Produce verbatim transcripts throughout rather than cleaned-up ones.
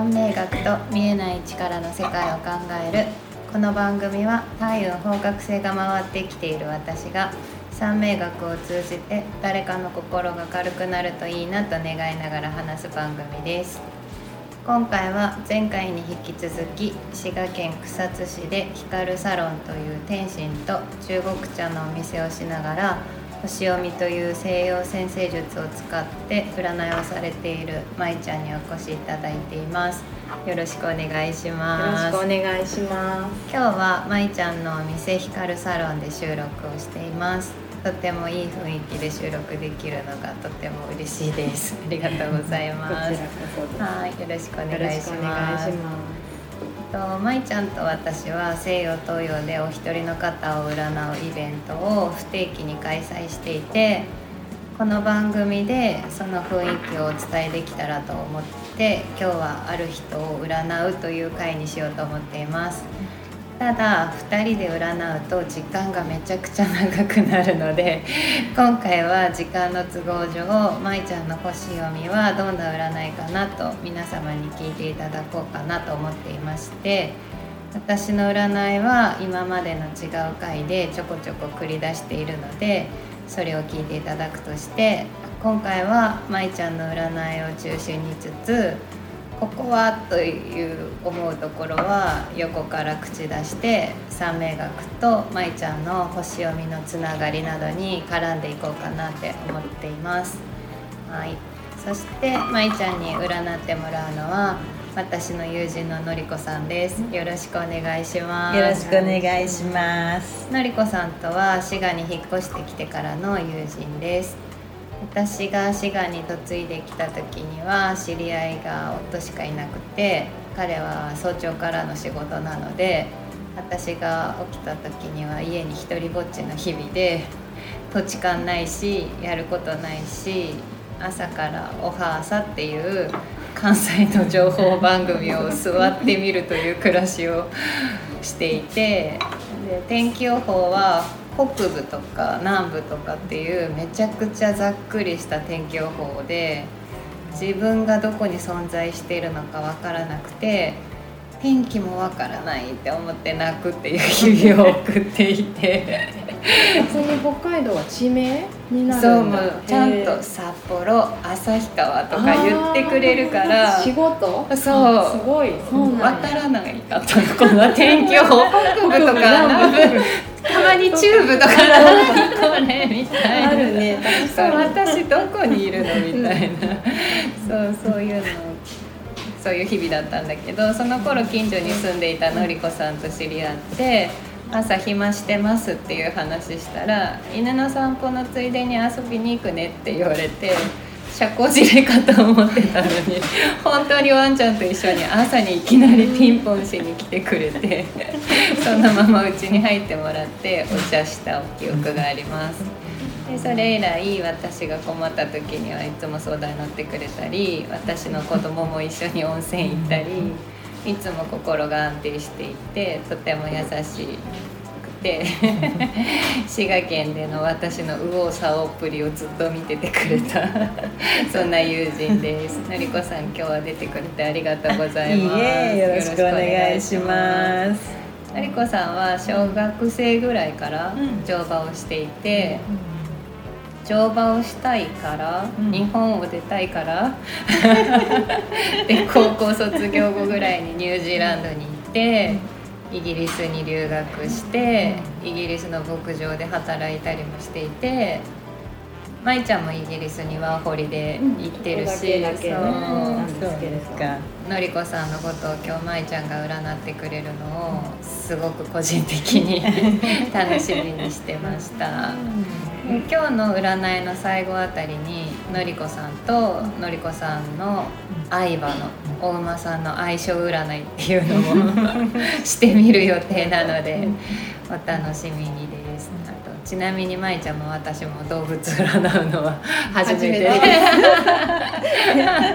三名学と見えない力の世界を考える。この番組は開運方角性が回ってきている私が三名学を通じて誰かの心が軽くなるといいなと願いながら話す番組です。今回は前回に引き続き滋賀県草津市で光サロンという天津と中国茶のお店をしながら星読みという西洋占星術を使って占いをされているまいちゃんにお越しいただいています。よろしくお願いします。 よろしくお願いします。 今日はまいちゃんのお店光サロンで収録をしています。とてもいい雰囲気で収録できるのがとても嬉しいです。ありがとうございます。 こちらこそです。 はい、よろしくお願いします。 よろしくお願いします。 とまいちゃんと私は西洋東洋でお一人の方を占うイベントを不定期に開催していて、この番組でその雰囲気をお伝えできたらと思って今日はある人を占うという回にしようと思っています。ただふたりで占うと時間がめちゃくちゃ長くなるので今回は時間の都合上まいちゃんの星読みはどんな占いかなと皆様に聞いていただこうかなと思っていまして、私の占いは今までの違う回でちょこちょこ繰り出しているのでそれを聞いていただくとして、今回はまいちゃんの占いを中心につつここはという思うところは横から口出して三名学とまいちゃんの星読みのつながりなどに絡んでいこうかなって思っています。はい、そしてまいちゃんに占ってもらうのは私の友人ののりこさんです。よろしくお願いします。 よろしくお願いします。 のりこさんとは滋賀に引っ越してきてからの友人です。私が滋賀に嫁いできた時には知り合いが夫しかいなくて、彼は早朝からの仕事なので私が起きた時には家に一人ぼっちの日々で、土地勘ないしやることないし、朝からおは朝っていう関西の情報番組を座ってみるという暮らしをしていて、で天気予報は北部とか南部とかっていうめちゃくちゃざっくりした天気予報で自分がどこに存在しているのかわからなくて、天気もわからないって思って泣くっていう日々を送っていてその北海道は地名になるんだ。 そう、もうちゃんと札幌、旭川とか言ってくれるから仕事そうすごいそうなん渡らないかったのこの天気予報北部とか南部たまに中部とか何これみたいなあるね。 そう私どこにいるのみたいなそうそういうのそういう日々だったんだけど、その頃近所に住んでいたのりこさんと知り合って朝暇してますっていう話したら、犬の散歩のついでに遊びに行くねって言われて社交辞令かと思ってたのに本当にワンちゃんと一緒に朝にいきなりピンポンしに来てくれてそのまま家に入ってもらってお茶した記憶があります。でそれ以来私が困った時にはいつも相談に乗ってくれたり、私の子供も一緒に温泉行ったり、いつも心が安定していてとても優しくて滋賀県での私の右往左往っぷりをずっと見ててくれたそんな友人です。のりこさん今日は出てくれてありがとうございます。 いいえ、よろしくお願いします。 のりこさんは小学生ぐらいから乗馬をしていて、乗馬をしたいから、うん、日本を出たいからで高校卒業後ぐらいにニュージーランドに行ってイギリスに留学してイギリスの牧場で働いたりもしていて、まいちゃんもイギリスにワーホリで行ってるし、 うん、だけだけなんですけれど、 のりこさんのことを今日まいちゃんが占ってくれるのをすごく個人的に楽しみにしてました。今日の占いの最後あたりにのりこさんとのりこさんの愛馬のお馬さんの相性占いっていうのもしてみる予定なのでお楽しみにです。あとちなみにまいちゃんも私も動物占うのは初めて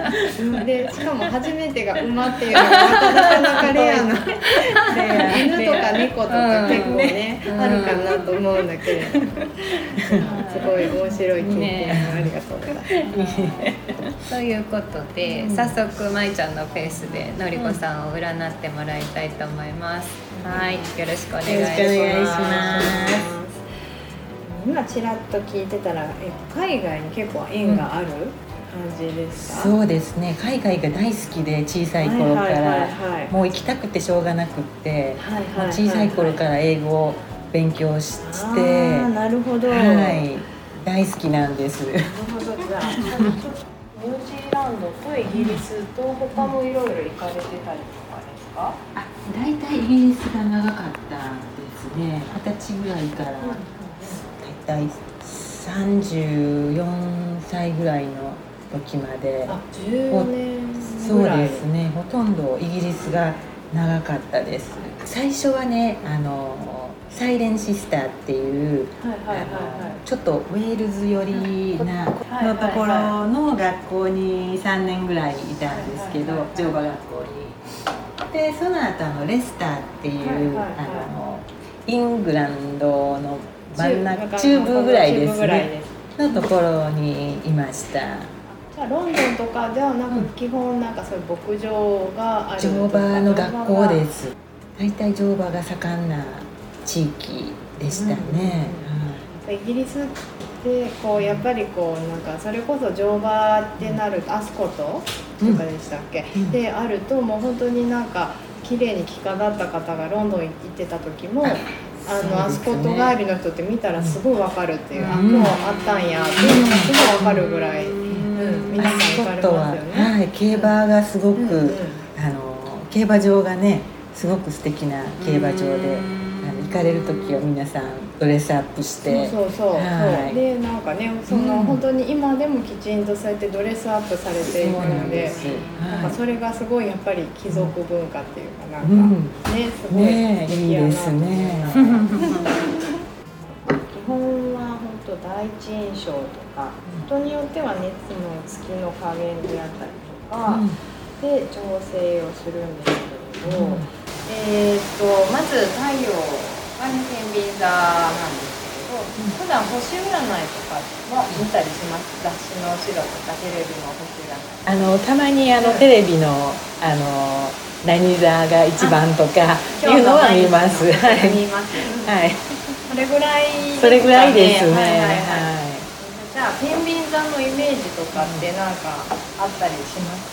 でしかも初めてが馬っていうのがなかなかレアな犬とか猫とか結構ね、うん、あるかなと思うんだけれど、うん、すごい面白い経験、ね、ありがとうございます。 ということで、うん、早速まいちゃんのペースでのりこさんを占ってもらいたいと思います、うん、はい、よろしくお願いします。 今ちらっと聞いてたら、え海外に結構縁がある、うん感じですか？ そうですね、海外が大好きで小さい頃からもう行きたくてしょうがなくって、はいはい、小さい頃から英語を勉強しして、 あ、なるほど、 はい、大好きなんです。なるほど。じゃあニュージーランドとイギリスと他もいろいろ行かれてたりとかですか？ あ、だいたいイギリスが長かったですね。はたちぐらいから、だいたいさんじゅうよんさいぐらいの時まで、 あ、じゅうねんそうですね、ほとんどイギリスが長かったです。最初はね、あのサイレンシスターっていう、ちょっとウェールズ寄りなのところの学校にさんねんぐらいいたんですけど、乗馬学校に。でその後あのレスターっていう、あのイングランドの真ん中中部ぐらいですねのところにいました。 じゃあロンドンとかではなく、うん、基本なんかそういう牧場があるとか、 乗馬の学校です。大体乗馬が盛んな地域でしたね、 うんうん、イギリスってこうやっぱりこうなんかそれこそ乗馬ってなるアスコトとかでしたっけ、うん、であるともう本当になんか綺麗に着飾った方がロンドン行ってた時も、あの、ね、アスコット帰りの人って見たらすごいわかるっていう、うん、あ、もうあったんやっていうのがすごいわかるぐらい、うん、皆さん行かれますよね。 はい、競馬がすごく、うんうん、あの競馬場がねすごく素敵な競馬場で、あの行かれる時は皆さんドレスアップして、 そうそうそう、はい、でなんかねその、うん、本当に今でもきちんとそうやってドレスアップされているので、なんかそれがすごいやっぱり貴族文化っていうかなんか、うん、ねすごい素敵やなと思います。基本は本当第一印象とか、人によってはねその月の加減であったりとか、うん、で調整をするんですけれど、うん、 えー、とまず太陽がね天秤座なんですけれど、うん、普段星占いとかは見たりします？雑誌の後ろとかテレビの星占い、 あのたまにあの、うん、テレビのあの何座が一番とかいうのは見ます。 はい、見ます。はい。それぐらいですかね。 それぐらいですね。はいはいはい。 じゃあ天秤座のイメージとかってなんかあったりします？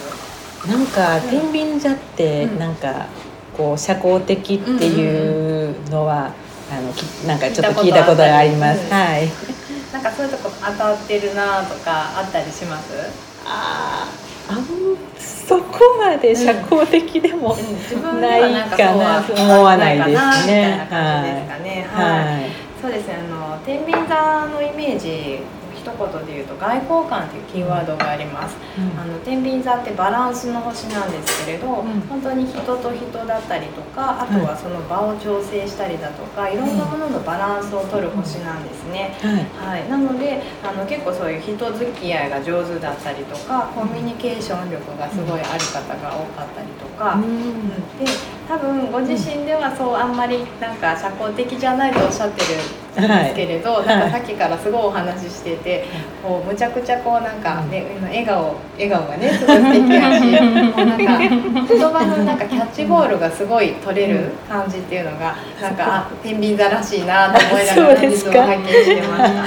なんか天秤座ってなんかこう社交的っていうのは、あのなんかちょっと聞いたことがあります。はい。 なんかそういうとこ当たってるなとかあったりします？ ああ、そこまで社交的でもないかなと思わないですね。 はい。そうですね。あの天秤座のイメージ。一言で言うと外交官というキーワードがあります、うん、あの天秤座ってバランスの星なんですけれど、うん、本当に人と人だったりとか、あとはその場を調整したりだとか、いろんなもののバランスを取る星なんですね、はい、はい、なのであの結構そういう人付き合いが上手だったりとか、コミュニケーション力がすごいある方が多かったりとか、うん、で多分ご自身ではそうあんまりなんか社交的じゃないとおっしゃってるんですけれど、はい、なんかさっきからすごいお話ししてて、こうむちゃくちゃこうなんか、ね、笑顔笑顔がねすごい素敵やしもうなんか言葉のなんかキャッチボールがすごい取れる感じっていうのがなんかあ天秤座らしいなと思いながら実は拝見してました。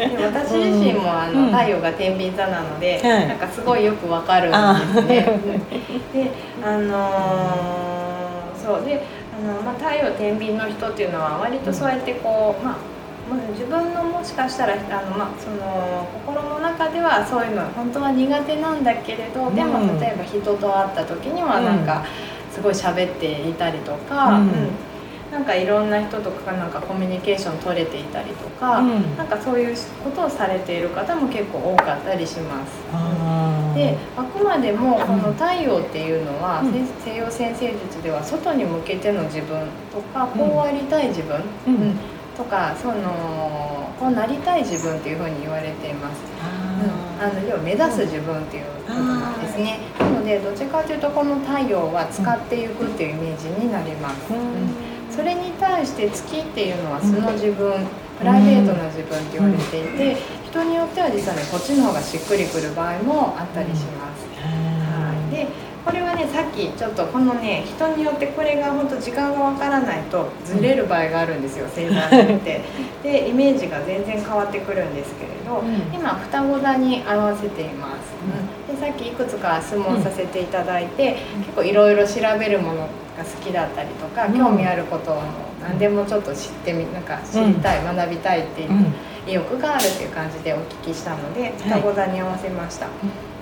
で私自身もあの、うん、太陽が天秤座なので、はい、なんかすごいよくわかるんですね。であのー、そうであの、まあ、太陽天秤の人っていうのは割とそうやってこう、まあ自分のもしかしたらあの、まあ、その心の中ではそういうの本当は苦手なんだけれど、うん、でも例えば人と会った時にはなんかすごい喋っていたりとか、うんうん、なんかいろんな人とかなんかコミュニケーション取れていたりとか、うん、なんかそういうことをされている方も結構多かったりします。うん、であくまでもこの太陽っていうのは、うん、西洋占星術では外に向けての自分とか、こうありたい自分、うんうんとかそのこうなりたい自分っていうふうに言われています。あ、うん、あの要は目指す自分っていうことなんですね。なのでどっちかというとこの太陽は使っていくっていうイメージになります、うんうん、それに対して月っていうのは素の自分、うん、プライベートな自分って言われていて、人によっては実はねこっちの方がしっくりくる場合もあったりします、はい、でこれはねさっきちょっとこのね人によってこれが本当時間がわからないとずれる場合があるんですよ、星座によってでイメージが全然変わってくるんですけれど、うん、今双子座に合わせています、うん、でさっきいくつか質問させていただいて、うん、結構いろいろ調べるものが好きだったりとか、うん、興味あることを何でもちょっと知ってみなんか知りたい、うん、学びたいっていう意欲があるっていう感じでお聞きしたので双子座に合わせました、はい、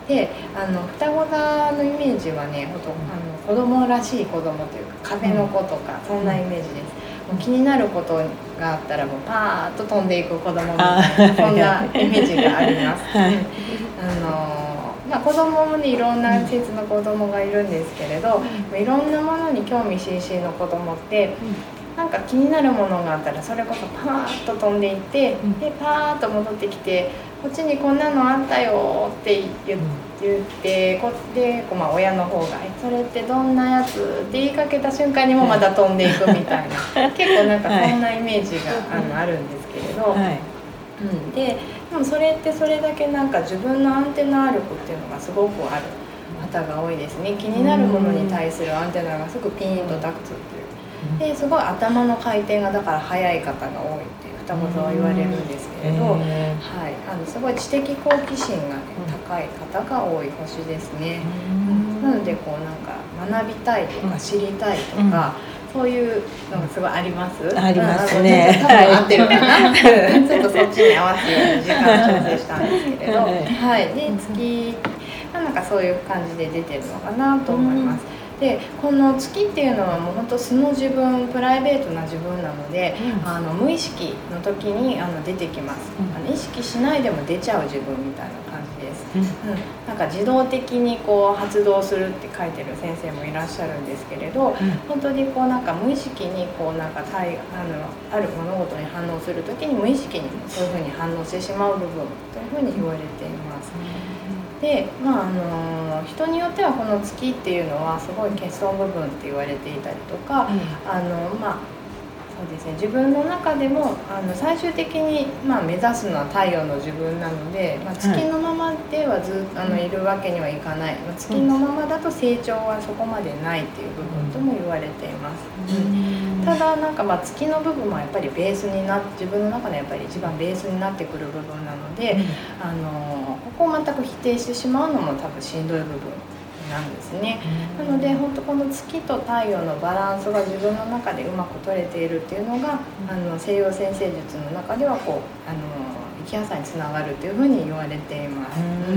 であの双子座のイメージはねほんとあの子供らしい子供というか風の子とか、そんなイメージです、もう気になることがあったらもうパーッと飛んでいく子供みたいなそんなイメージがあります、はい、あのまあ、子供もねいろんな季節の子供がいるんですけれど、うん、いろんなものに興味津々の子供って、うん、なんか気になるものがあったらそれこそパーッと飛んでいって、うん、でパーッと戻ってきてこっちにこんなのあったよって言ってこでこう、まあ、親の方が「それってどんなやつ?」って言いかけた瞬間にもまた飛んでいくみたいな結構なんかそんなイメージが、はい、あのあるんですけれど、はい、うん、ででもそれってそれだけなんか自分のアンテナ力っていうのがすごくある方が多いですね。気になるものに対するアンテナがすぐピーンと立つっていうですごい頭の回転がだから速い方が多いっていう双子座は言われるんですけれど、はい、あのすごい知的好奇心が、ね、高い方が多い星ですね。なのでこうなんか学びたいとか知りたいとか、そういうのがすごいあります。 ありますね。 多分合ってるかな。ちょっとそっちに合わせるように時間調整したんですけれど、はい。で月なんかそういう感じで出てるのかなと思います。でこの月っていうのはもう本当素の自分プライベートな自分なので、うん、あの無意識の時にあの出てきます、うん、あの意識しないでも出ちゃう自分みたいな感じです、うんうん、なんか自動的にこう発動するって書いてる先生もいらっしゃるんですけれど、うん、本当にこうなんか無意識にこうなんか対あのある物事に反応する時に無意識にそういうふうに反応してしまう部分というふうに言われています、うんでまああの人によってはこの月っていうのはすごい欠損部分って言われていたりとか、うん、あのまあそうですね、自分の中でもあの最終的に、まあ、目指すのは太陽の自分なので、まあ、月のままではずあのいるわけにはいかない、まあ、月のままだと成長はそこまでないっていう部分とも言われています、うん、ただなんかまあ月の部分はやっぱりベースになって自分の中でやっぱり一番ベースになってくる部分なので、うん、あのここを全く否定してしまうのも多分しんどい部分なんですね、なので本当この月と太陽のバランスが自分の中でうまく取れているっていうのが、あの西洋占星術の中ではこうあの生きやすさにつながるというふうに言われています、うん、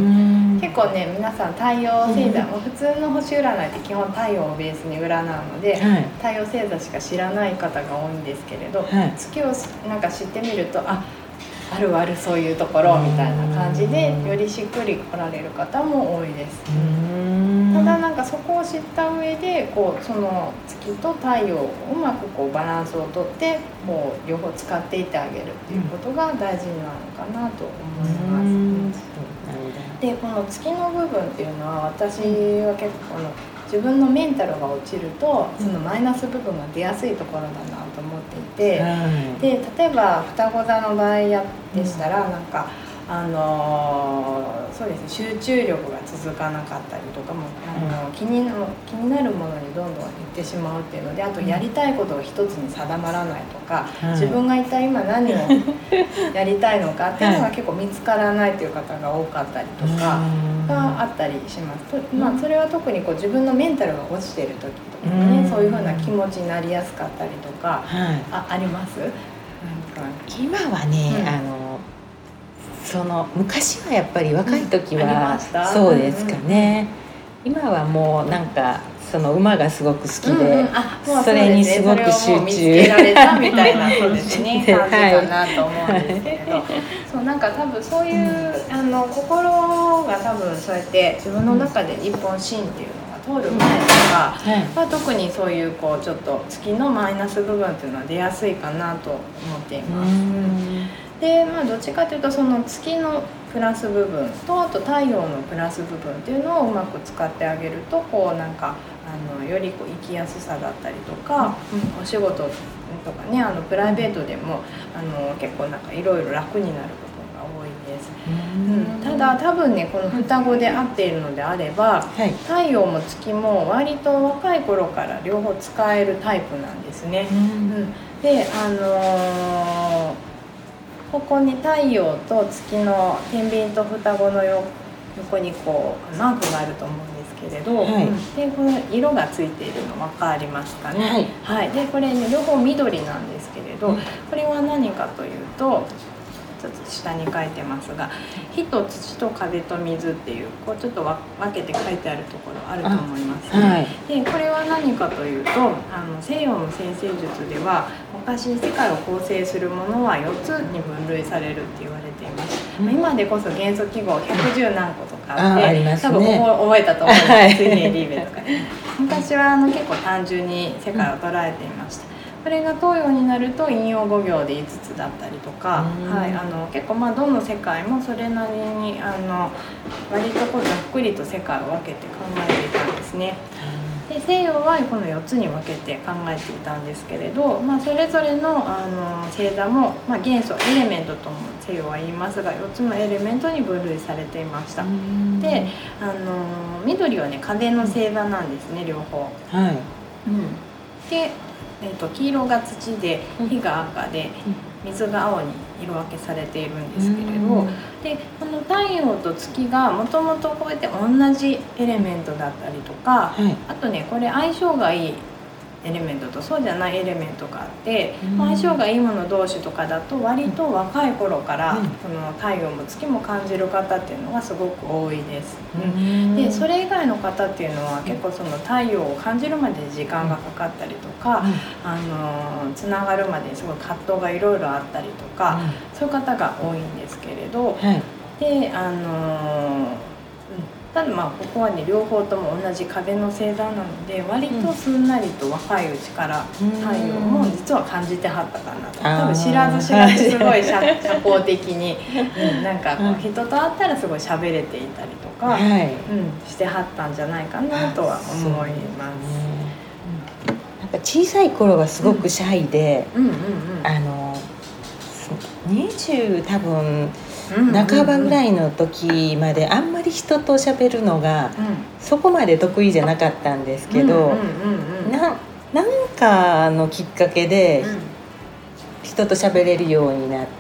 結構ね皆さん太陽星座も普通の星占いって基本太陽をベースに占うので、はい、太陽星座しか知らない方が多いんですけれど、はい、月をなんか知ってみるとああるあるそういうところみたいな感じでよりしっくり来られる方も多いです。ただなんかそこを知った上でこうその月と太陽をうまくこうバランスをとってこう両方使っていってあげるっていうことが大事なのかなと思います。でこの月の部分っていうのは私は結構この自分のメンタルが落ちるとそのマイナス部分が出やすいところだなと思っていて、で例えば双子座の場合やでしたらなんかあのー、そうですね、集中力が続かなかったりとかも、あのー、気に、気になるものにどんどんいってしまうっていうので、あとやりたいことが一つに定まらないとか、うん、自分が一体今何をやりたいのかっていうのが結構見つからないという方が多かったりとかがあったりします、うん、まあ、それは特にこう自分のメンタルが落ちてる時とかね、うん、そういう風な気持ちになりやすかったりとか、うん、あ、あります？なんか今はね、うん、あのその昔はやっぱり若い時は、うん、そうですかね、うんうん、今はもうなんかその馬がすごく好きで、うんうん、あ、それにすごく集中、見つけられたみたいなそうですね感じかなと思うんですけれど、はい、そうなんか多分そういう、うん、あの心が多分そうやって自分の中で一本芯っていうのが通る前とかは、うん、特にそういうこうちょっと月のマイナス部分っていうのは出やすいかなと思っています。うんでまあ、どっちかというとその月のプラス部分とあと太陽のプラス部分っていうのをうまく使ってあげるとこうなんかあのよりこう生きやすさだったりとか、うん、お仕事とかねあのプライベートでもあの結構なんかいろいろ楽になることが多いです、うん、ただ多分ねこの双子で合っているのであれば、はい、太陽も月も割と若い頃から両方使えるタイプなんですね、うん、であのーここに太陽と月の天秤と双子の横にこうマークがあると思うんですけれど、はい、でこの色がついているの分かりますかね、はいはい、でこれ、ね、両方緑なんですけれど、これは何かというとちょっと下に書いてますが火と土と風と水っていうこうちょっと分けて書いてあるところあると思いますね、はい、でこれは何かというとあの西洋の占星術では昔世界を構成するものはよつに分類されるって言われています、うん、今でこそ元素記号ひゃくじゅう何個とかあって、あありますね、多分覚えたと思います、はい、水平リーベとか昔はあの結構単純に世界を捉えていました、うん、これが東洋になると陰陽五行でいつつだったりとか、はい、あの結構まあどの世界もそれなりにあの割とこうざっくりと世界を分けて考えていたんですね。で西洋はこのよっつに分けて考えていたんですけれど、まあ、それぞれの、あの星座も、まあ、元素エレメントとも西洋は言いますがよっつのエレメントに分類されていました。であの緑はね風の星座なんですね両方、はいうん、でえー、と黄色が土で火が赤で水が青に色分けされているんですけれど、でこの太陽と月がもともとこうやって同じエレメントだったりとか、はい、あとねこれ相性がいいエレメントとそうじゃないエレメントがあって、相性がいいもの同士とかだと割と若い頃からこの太陽も月も感じる方っていうのがすごく多いです、うん、でそれ以外の方っていうのは結構その太陽を感じるまで時間がかかったりとか、あのつながるまですごい葛藤がいろいろあったりとか、そういう方が多いんですけれど、であのただまあここはね両方とも同じ風の星座なので割とすんなりと若いうちから太陽も実は感じてはったかなと、多分知らず知らずすごい社交的に、うん、なんかこう人と会ったらすごい喋れていたりとか、はいうん、してはったんじゃないかなとは思います。 なんか小さい頃はすごくシャイで、うんうんうんうん、あのにじゅう多分半ばぐらいの時まであんまり人と喋るのがそこまで得意じゃなかったんですけど、ななんかのきっかけで人と喋れるようになって、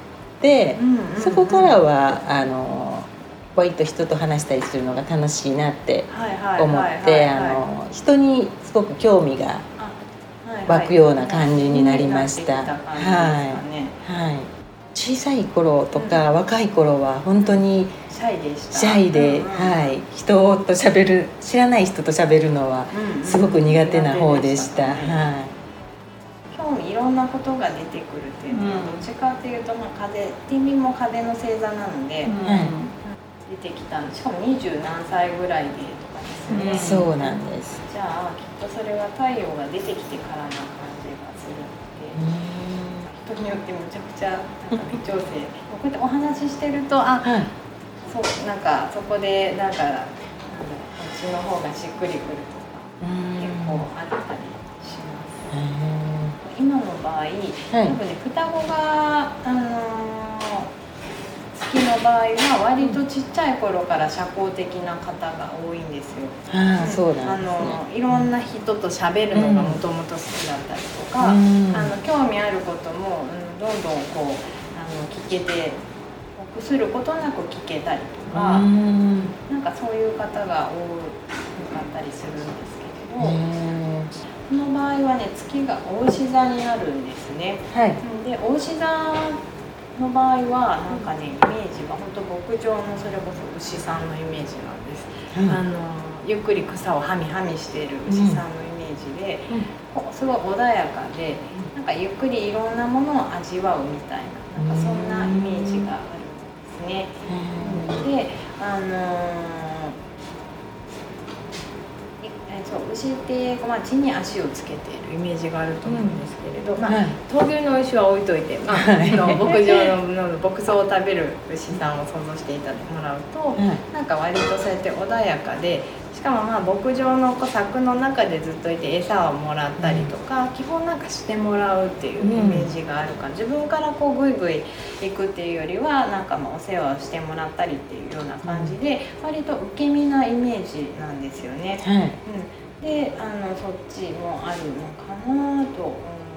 そこからはあの割と人と話したりするのが楽しいなって思って人にすごく興味が湧くような感じになりました。はいはい小さい頃とか、うん、若い頃は本当にシャイでした。 シャイで、うんうんはい、人と喋る知らない人と喋るのはすごく苦手な方でした。 興味いろんなことが出てくるっていうのは、うん、どっちかっていうと、まあ、風天秤も風の星座なので、うんはい、出てきたしかもにじゅうなんさいぐらいでとかですね、 うん、そうなんです。 じゃあきっとそれは太陽が出てきてからな感じがするので、うん人によってめちゃくちゃなんか微調整こうやってお話ししてるとあ、はい、そうなんかそこでなんかなんだこっちの方がしっくりくるとか結構あったりします。今の場合、はい、多分ね双子があのー月の場合は割とちっちゃい頃から社交的な方が多いんですよ。 ああ、そうなんですね。 あのいろんな人と喋るのがもともと好きだったりとか、うん、あの興味あることも、うん、どんどんこうあの聞けて臆することなく聞けたりとか、うん、なんかそういう方が多かったりするんですけれど、うん、この場合はね月が牡牛座になるんですね。はい、で牡牛座の場合はなんかねイメージが本当牧場のそれこそ牛さんのイメージなんです、うん、あのゆっくり草をはみはみしている牛さんのイメージで、うん、すごい穏やかでなんかゆっくりいろんなものを味わうみたいな、 なんかそんなイメージがあるんですね、うん、であのーそう牛牛って、まあ、地に足をつけているイメージがあると思うんですけれど、うん、まあ、 はい、 闘牛の牛は置いといて、まあ、はい、の牧場 の, の牧草を食べる牛さんを想像していただいてもらうと、はい、なんか割とそうやって穏やかで、しかもまあ牧場の柵の中でずっといて餌をもらったりとか、うん、基本なんかしてもらうっていうイメージがあるから、うん、自分からこうグイグイ行くっていうよりはなんかまあお世話をしてもらったりっていうような感じで、割と受け身なイメージなんですよね、はい、うん、であのそっちもあるのかなと思います、うん、こ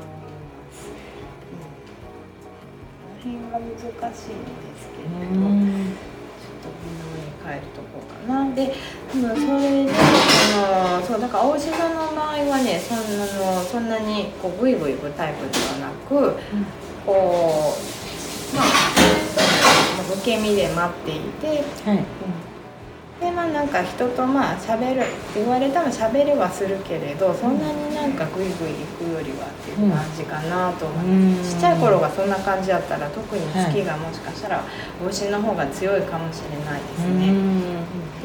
の辺が難しいんですけれど、うん、変えるとこうかな。で、それであのそうだからお牛座の場合はね、そんなのそんなにこうグイグイいくタイプではなく、うん、こうまあ受け身で待っていて、はい、うん、でまあなんか人とまあ喋るって言われたら喋れはするけれど、そんなになんかグイグイ行くよりはっていう感じかなと思います、うん、ちっちゃい頃がそんな感じだったら特に好きがもしかしたらお牛の方が強いかもしれないですね、うん、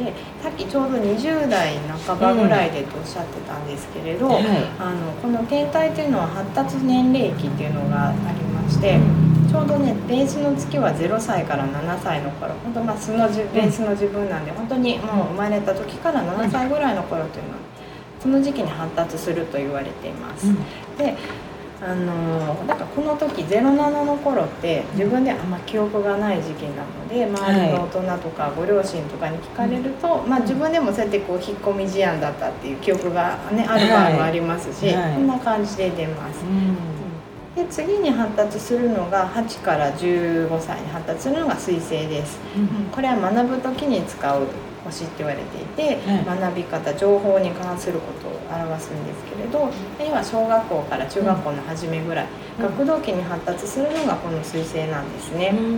でさっきちょうどにじゅう代半ばぐらいでとおっしゃってたんですけれど、うん、あのこの天体というのは発達年齢期っていうのがありまして、ちょうどねベースの月はゼロさいからななさいの頃、本当まあ素のベースの自分なんで、本当にもう生まれた時からななさいぐらいの頃というのはその時期に発達すると言われています、うん、であのだからこの時ゼロななの頃って自分であんま記憶がない時期なので、周りの大人とかご両親とかに聞かれると、はい、まあ、自分でもそうやってこう引っ込み思案だったっていう記憶が、ね、ある場合もありますし、はいはい、こんな感じで出ます、うん、で次に発達するのがはちからじゅうごさいに発達するのが水星です、うん、これは学ぶ時に使う星って言われていて、はい、学び方、情報に関することを表すんですけれど、今小学校から中学校の初めぐらい、うん、学童期に発達するのがこの水星なんですね、うん、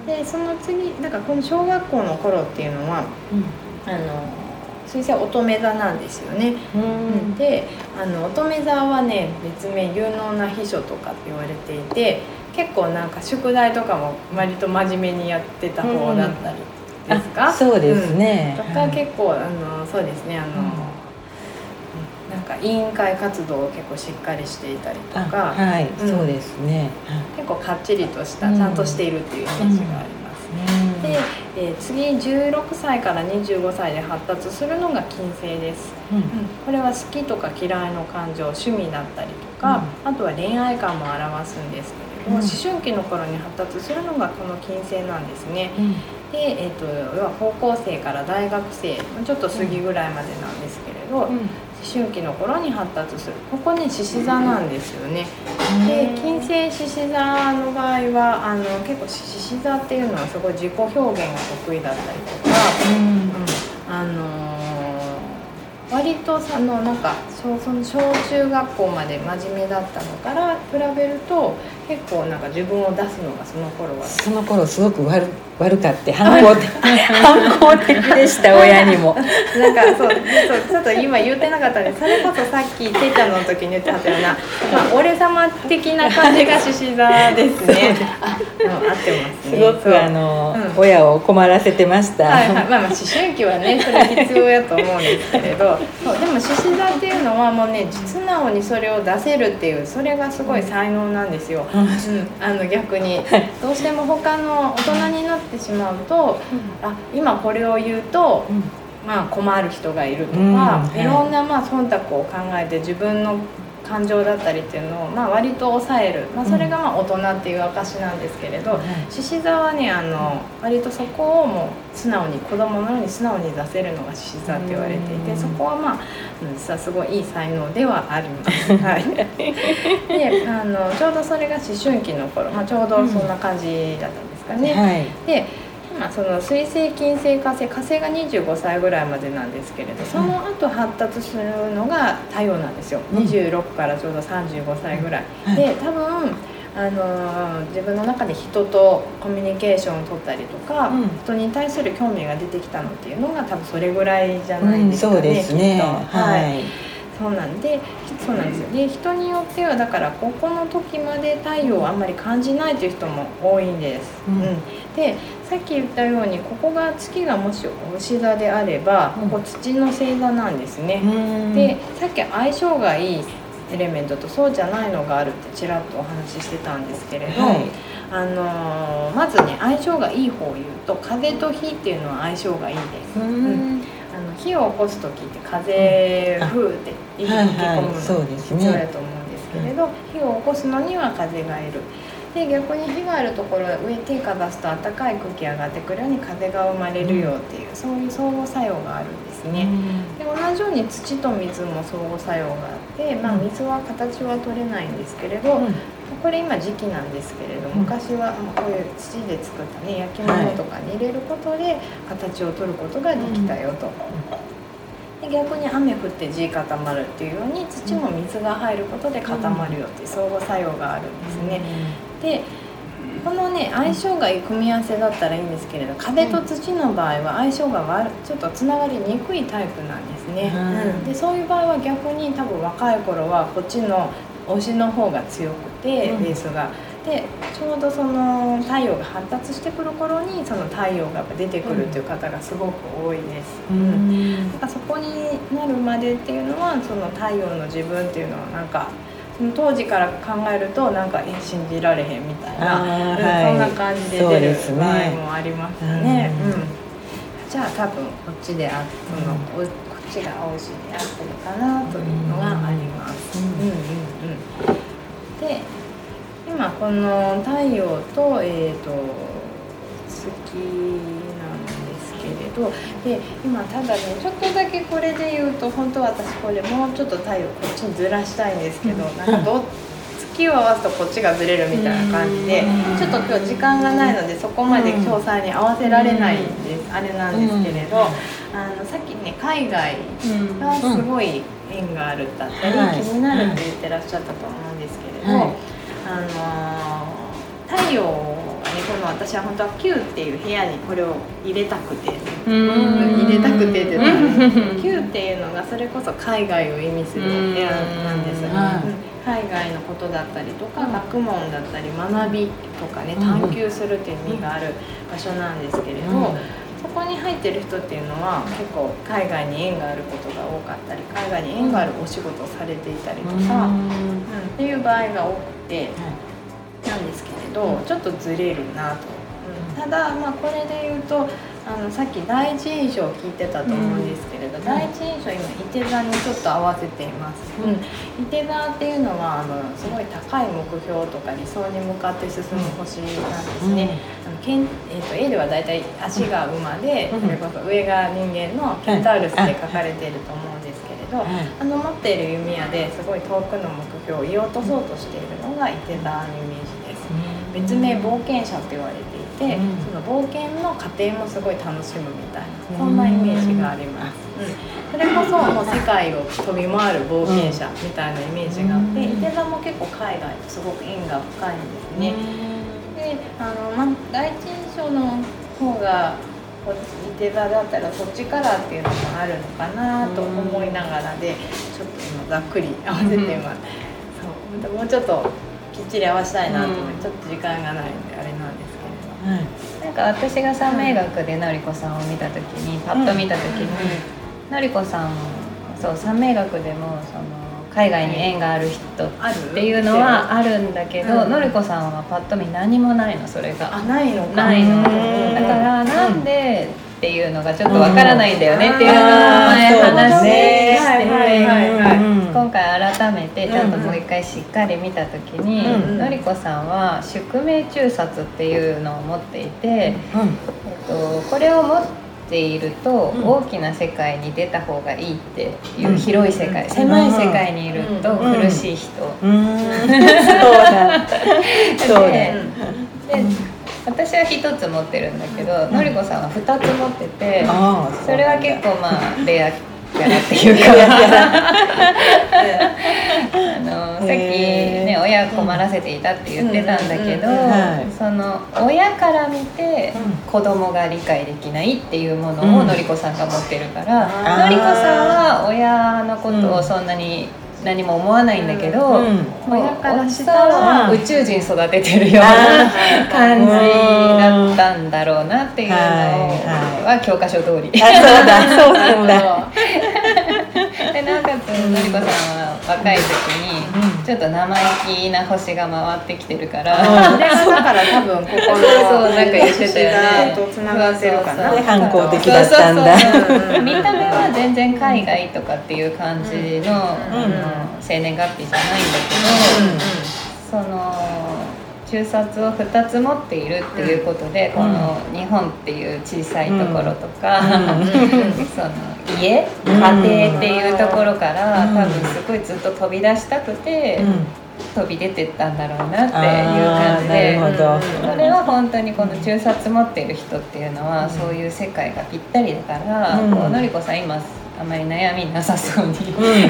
でその次だからこの小学校の頃っていうのは、うん、あの水星は乙女座なんですよね、うん、であの乙女座はね別名有能な秘書とかって言われていて、結構なんか宿題とかも割と真面目にやってた方だったりですか、うん、 そうですね、 うん、とか結構あのそうですねあの、うん、なんか委員会活動を結構しっかりしていたりとか、 はい、うん、そうですね、 結構かっちりとした、ちゃんとしているっていうイメージがあります、うん、で、えー、次じゅうろくさいからにじゅうごさいで発達するのが金星です、うんうん、これは好きとか嫌いの感情、趣味だったりとか、うん、あとは恋愛観も表すんですけれど、うん、思春期の頃に発達するのがこの金星なんですね、うん、で、えー、と要は高校生から大学生ちょっと過ぎぐらいまでなんですけれど、うん、思春期の頃に発達する、ここね獅子座なんですよね、うん、で金星獅子座の場合はあの結構獅子座っていうのはすごい自己表現が得意だったりとか、うんうん、あのー割とあのなんかその小中学校まで真面目だったのから比べると結構なんか自分を出すのがその頃はその頃すごく悪悪かって反抗的反抗的でした親にもなんかそうそうちょっと今言ってなかったんで、それこそさっきてーちゃんの時に言ってはったような、まあ、俺様的な感じが獅子座ですねあ、うん、合ってますね、 すごくあの、うん、親を困らせてました、 はいはい、まあ、まあ思春期はねそれ必要やと思うんですけれどそうでも獅子座っていうのはもうね素直にそれを出せるっていう、それがすごい才能なんですよ、うん、あの逆にどうしても他の大人になってしまうと、うん、あ今これを言うと、うん、まあ、困る人がいるとか、うん、はい、いろんなまあ忖度を考えて自分の感情だったりっていうのをまあ割と抑える、まあ、それがまあ大人っていう証なんですけれど、獅子座はねあの割とそこをもう素直に子供のように素直に出せるのが獅子座って言われていて、そこはまあ実はすごいいい才能ではあります、はい、であのちょうどそれが思春期の頃、まあ、ちょうどそんな感じだったんですかね、うん、はい、でまあ、その水星金星火星火星がにじゅうごさいぐらいまでなんですけれど、その後発達するのが太陽なんですよ、うん、にじゅうろくからちょうどさんじゅうごさいぐらい、うん、で多分あのー、自分の中で人とコミュニケーションを取ったりとか、うん、人に対する興味が出てきたのっていうのが多分それぐらいじゃないですかね、うん、そうですね、きっと、はい、はい、そうなんで、そうなんですよ。で、人によってはだからここの時まで太陽をあんまり感じないという人も多いんです。うんうん、で、 さっき言ったようにここが月がもしお牛座であれば、うん、ここ土の星座なんですね。でさっき相性がいいエレメントとそうじゃないのがあるってちらっとお話ししてたんですけれど、はい、あのー、まずね相性がいい方を言うと風と火っていうのは相性がいいです。うん、あの火を起こす時って風、うん、風って息吹き込むのが必要だと思うんですけれど、火を起こすのには風がいる。で逆に火があるところは上手かざすと暖かい空気上がってくるように風が生まれるよっていう、うん、そういう相互作用があるんですね。うん、で同じように土と水も相互作用があって、まあ、水は形は取れないんですけれど、うん、これ今時期なんですけれど、うん、昔はこういう土で作った、ね、焼き物とかに入れることで形を取ることができたよと。で逆に雨降って地固まるっていうように土も水が入ることで固まるよっていう相互作用があるんですね。でこのね相性がいい組み合わせだったらいいんですけれど、風と土の場合は相性が悪ちょっとつながりにくいタイプなんですね。うん、でそういう場合は逆に多分若い頃はこっちの推しの方が強くてベースが。でちょうどその太陽が発達してくる頃にその太陽が出てくるっていう方がすごく多いです。うん、だからそこになるまでっていうのはその太陽の自分っていうのはなんかその当時から考えるとなんかえ信じられへんみたいな、はい、そんな感じで出る場合もありますね。うんうん、じゃあ多分こっちであその、うん、こっちが青しで合ってるかなというのがあります。うんうんうん、で今この太陽と、えーと、月なんですけれど、で今ただねちょっとだけこれで言うと本当は私これもうちょっと太陽こっちにずらしたいんですけど、うん、なんかど月を合わすとこっちがずれるみたいな感じで、ちょっと今日時間がないのでそこまで詳細に合わせられないんです、あれなんですけれど、あのさっきね海外がすごい縁があるだったり、気になるって言ってらっしゃったと思うんですけれど、はい、あの太陽がねこの私は本当はきゅうっていう部屋にこれを入れたくて入れたくてっていうのは、ね、きゅうっていうのがそれこそ海外を意味する部屋なんです、海外のことだったりとか学問だったり学びとかね探求するっていう意味がある場所なんですけれど、そこに入ってる人っていうのは結構海外に縁があることが多かったり海外に縁があるお仕事をされていたりとか、うん、っていう場合が多くてなんですけれど、ちょっとずれるなと、うん、ただまあこれで言うとあのさっき第一印象を聞いてたと思うんですけれど、うん、第一印象今いて座にちょっと合わせています、うん、いて座っていうのはあのすごい高い目標とか理想に向かって進む星なんですね、うん、あのけん、えー、と絵ではだいたい足が馬で、うん、それこそ上が人間のケンタウルスで描かれていると思うんですけれど、はい、あの持っている弓矢ですごい遠くの目標を言おうとそうとしているのがいて座のイメージです、うん、別名冒険者って言われていて、うん、その冒険の過程もすごい楽しむみたいな、そんなイメージがあります、うん、それこそもう世界を飛び回る冒険者みたいなイメージがあって、いて座も結構海外とすごく縁が深いんですね。であの、ま、第一印象の方がいて座だったらそっちからっていうのもあるのかなと思いながらで、ちょっと今ざっくり合わせてます、うん、そうもうちょっときっちり合わせたいなと思って、うん、ちょっと時間がないんであれなんですけれど、 うん、なんか私が三名学でのりこさんを見た時にパッと見た時に、うん、のりこさんそう三名学でもその海外に縁がある人っていうのはあるんだけど、のりこさんはパッと見何もないの、それがあないのかないのだからなんでっていうのがちょっとわからないんだよねっていうのを前話して今回改めてちゃんともう一回しっかり見た時に、のりこさんは宿命中殺っていうのを持っていて、えっと、これを持ってていると大きな世界に出た方がいいっていう広い世界、狭い世界にいると苦しい人、そうだそうだで私は一つ持ってるんだけど、のりこさんは二つ持ってて、それは結構まあレアキャラっていうかあのさっきね親困らせていたって言ってたんだけど、その親から見て子供が理解できないっていうものをのりこさんが持ってるから、のりこさんは親のことをそんなに何も思わないんだけど、 うんもう親からしたら宇宙人育ててるような感じだったんだろうなっていうのは教科書通り。 あ、そうだそうなんだ。 でなおかつのりこさんは若い時にちょっと生意気な星が回ってきてるから、 それはだから多分ここのそうなんか言ってたよね。 とつながってるかな。 で反抗的だったんだ。 そうそうそう見た目は全然海外とかっていう感じの、 うん、 あの生年月日じゃないんだけど、うん、その中殺をふたつ持っているっていうことで、うん、この日本っていう小さいところとか、うん、その家、家庭っていうところから、うん、多分すごいずっと飛び出したくて、うん、飛び出てったんだろうなっていう感じで、 なるほど。 それは本当にこの中殺持っている人っていうのは、うん、そういう世界がぴったりだから、うん、こうのりこさん今あまり悩みなさそうに、うん、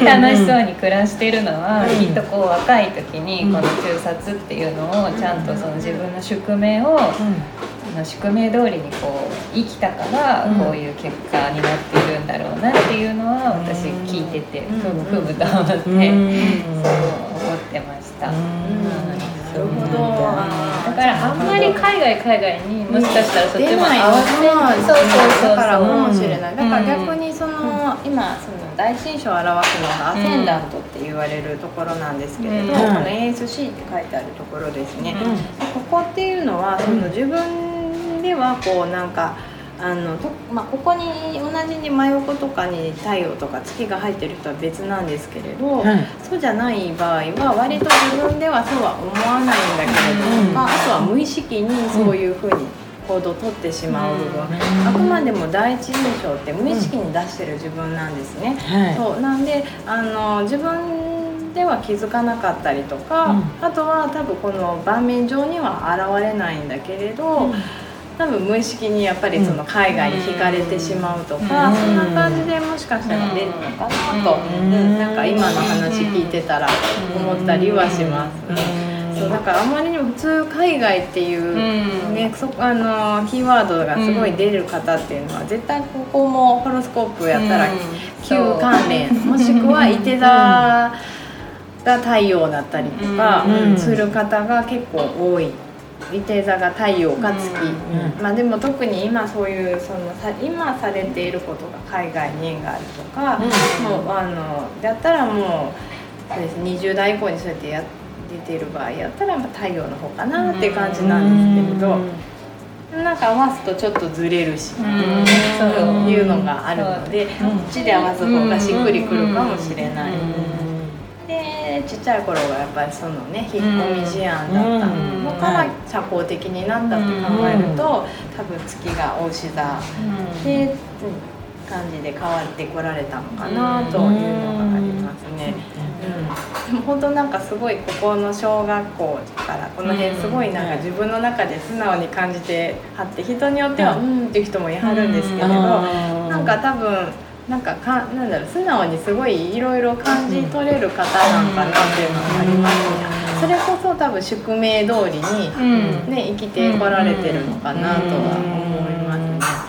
楽しそうに暮らしてるのは、うん、きっとこう若い時にこの中殺っていうのをちゃんとその自分の宿命を、うん、宿命通りにこう生きたからこういう結果になっているんだろうなっていうのは私聞いててふむふむと思って、そう思ってました。 なるほど。 だからあんまり海外海外にもしかしたらそっちも合わせない、 そうそうそうだからかもしれない。だから逆にその今その大神書を表すのがアセンダントって言われるところなんですけれど、この エーエスシー って書いてあるところですね。ここっていうのはその自分ではこうなんかあのと、まあ、ここに同じに真横とかに太陽とか月が入ってる人は別なんですけれど、はい、そうじゃない場合は割と自分ではそうは思わないんだけれど、うん、まあ、あとは無意識にそういうふうに行動をとってしまう部分、うん、あくまでも第一印象って無意識に出してる自分なんですね、うん、そうなんであの自分では気づかなかったりとか、うん、あとは多分この盤面上には現れないんだけれど、うん、多分無意識にやっぱりその海外に惹かれてしまうとか、うん、そんな感じでもしかしたら出るのかなと、うん、なんか今の話聞いてたら思ったりはします、うん、そうだからあまりにも普通海外っていうね、そあのキーワードがすごい出る方っていうのは絶対ここもホロスコープやったら旧関連、もしくはいて座が太陽だったりとかする方が結構多い。いて座が太陽か月、うん、まあでも特に今そういうそのさ今されていることが海外に縁があるとか、うん、もうあのだったらもうそうですにじゅう代以降にそうやってや出ている場合やったら太陽の方かなっていう感じなんですけれど、うん、なんか合わすとちょっとずれるし、うん、そういうのがあるので、こっちで合わす方がしっくりくるかもしれない。でちっちゃい頃はやっぱりそのね引っ込み思案だったのから社交的になったって考えると、多分月が牡牛座で感じで変わってこられたのかなというのがありますね。うん、でも本当なんかすごいここの小学校からこの辺すごいなんか自分の中で素直に感じてはって、人によってはうんっていう人もいはるんですけれど、なんか多分なんかかなんだろう素直にすごいいろいろ感じ取れる方なんかなっていうのがありますね。それこそ多分宿命通りに、ね、生きてこられてるのかなとは思います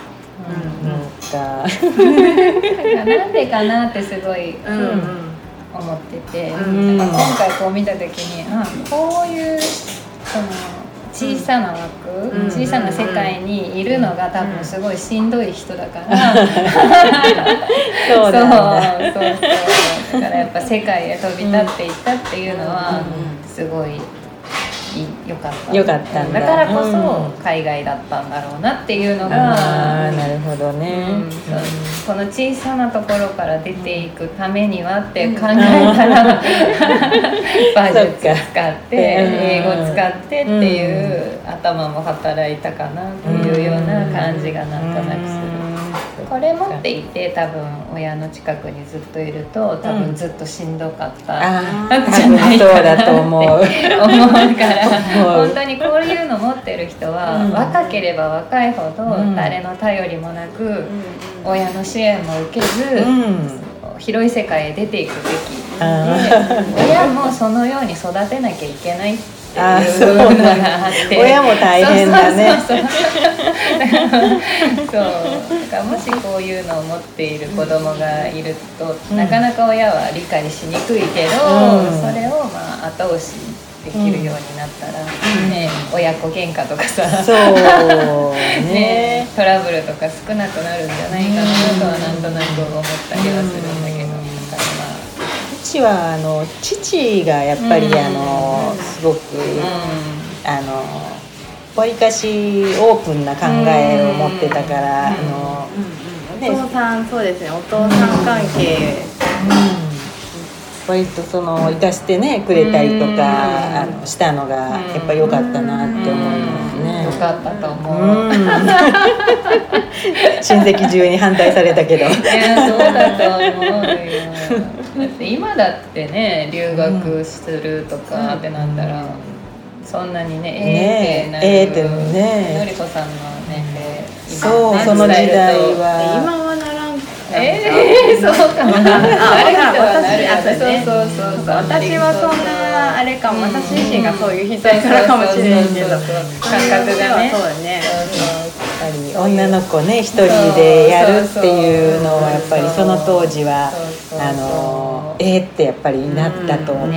ね。 なんでかなってすごい思ってて、うん、今回こう見た時にあこういうその小さな枠、うん、小さな世界にいるのが多分すごいしんどい人だから、うん、そうなんだそうそうそうだからやっぱ世界へ飛び立っていったっていうのはすごい良かった良かったんだ。 だからこそ海外だったんだろうなっていうのが、 あーなるほどね、うん、 この小さなところから出ていくためにはって考えたら馬術使って英語使ってっていう頭も働いたかなっていうような感じがなんとなくする。これ持っていて多分親の近くにずっといると多分ずっとしんどかったんじゃないかなって思うから本当にこういうの持ってる人は、うん、若ければ若いほど誰の頼りもなく、うん、親の支援も受けず、うん、広い世界へ出ていくべきで親もそのように育てなきゃいけないっっていうのがあって、 親も大変だね。 そうそうそうそうだからもしこういうのを持っている子供がいると、うん、なかなか親は理解しにくいけど、うん、それをまあ後押しできるようになったら、うんね、親子喧嘩とかさ、 そうねね、トラブルとか少なくなるんじゃないかなとはなんとなく思ったりはするんだけど、だからまあうちはあの父がやっぱり、うん、あのすごく、うん、あのわりかしオープンな考えを持ってたから、あの、 うんうん、お父さんそうですね、お父さん関係、 うん割とその生かしてねくれたりとかあのしたのがやっぱり良かったなって思いますね。 良かったと思う。 親戚中に反対されたけど。いやそうだと思うよ。だって今だってね留学するとかってなったら、うん、そんなにねええってなる。 ええってね。 のりこさんの年齢そう、ね、その時代は今はならん。 えー、そうかもな。 あれが私、あ、 そうそうそうそう。 私はそんなあれかも。私自身がそういう人だからかもしれないけど、感覚がね。そうだね。 やっぱり女の子ね一人でやるっていうのはやっぱりその当時はあのえーってやっぱりなったと思う。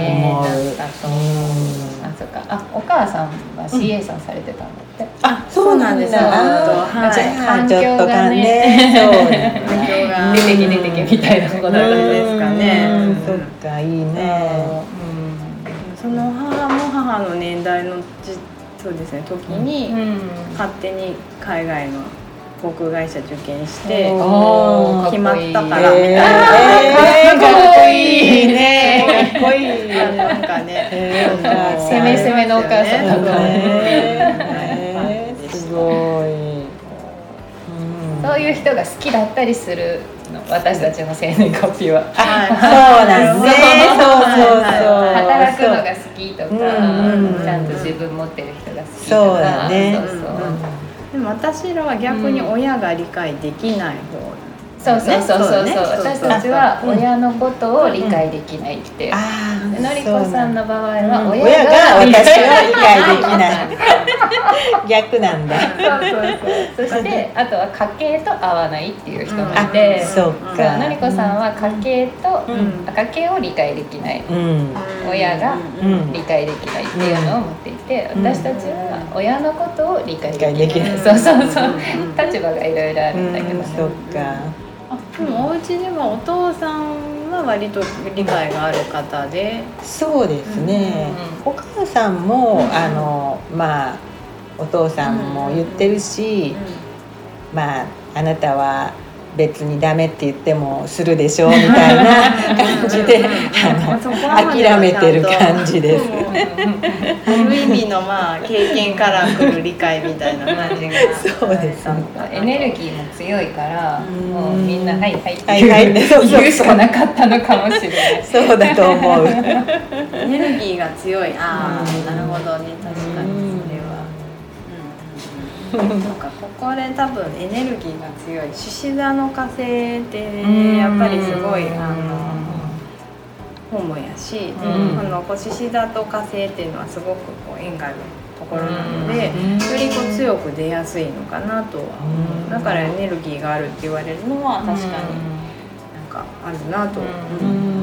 あ、そうか。あ、お母さんは シーエー さんされてたんだって。 あ、そうなんですよ。 はい。環境がね、環境が出てき出てきみたいなことだったんですかね。 そっか、いいね。 その母も母の年代のじそうですね時に勝手に海外の航空会社受験して決まったからみたいな。 かっこいいね。 かっこいい。なんかね、 攻め攻めのお母さんだったね。すごい。 そういう人が好きだったりするの、私たちの生年月日は。 そうなんですね。そうそうそう。 働くのが好きとか、ちゃんと自分持ってる人が好きとか。 そうだね。 そうそう。でも私らは逆に親が理解できない方。 そうそうそうそうそう。私たちは親のことを理解できないっていう。のりこさんの場合は親が私を理解できない。逆なんだ。 そうそうそう。そしてあとは家系と合わないっていう人もいて、 そうか。 のりこさんは家系と家系を理解できない、親が理解できないっていうのを持っていて、私たちは親のことを理解できない。そうそうそう。立場がいろいろあるんだけど。 そうか。 でもお家ではお父さんは割と理解がある方で。 そうですね。お母さんもあのまあお父さんも言ってるし、まああなたは別にダメって言ってもするでしょうみたいな感じであの諦めてる感じです。 ある意味のまあ経験から来る理解みたいな感じがそうですね。 エネルギーも強いからもうみんなはいはいって言うしかなかったのかもしれない。 そうだと思う。 エネルギーが強い。ああ、なるほどね、確かにそれは。なんかここで多分エネルギーが強い獅子座の火星ってやっぱりすごいあのホームやし、この獅子座と火星っていうのはすごくこう縁があるところなので、よりこう強く出やすいのかなとは思う。だからエネルギーがあるって言われるのは確かになんかあるなと思う。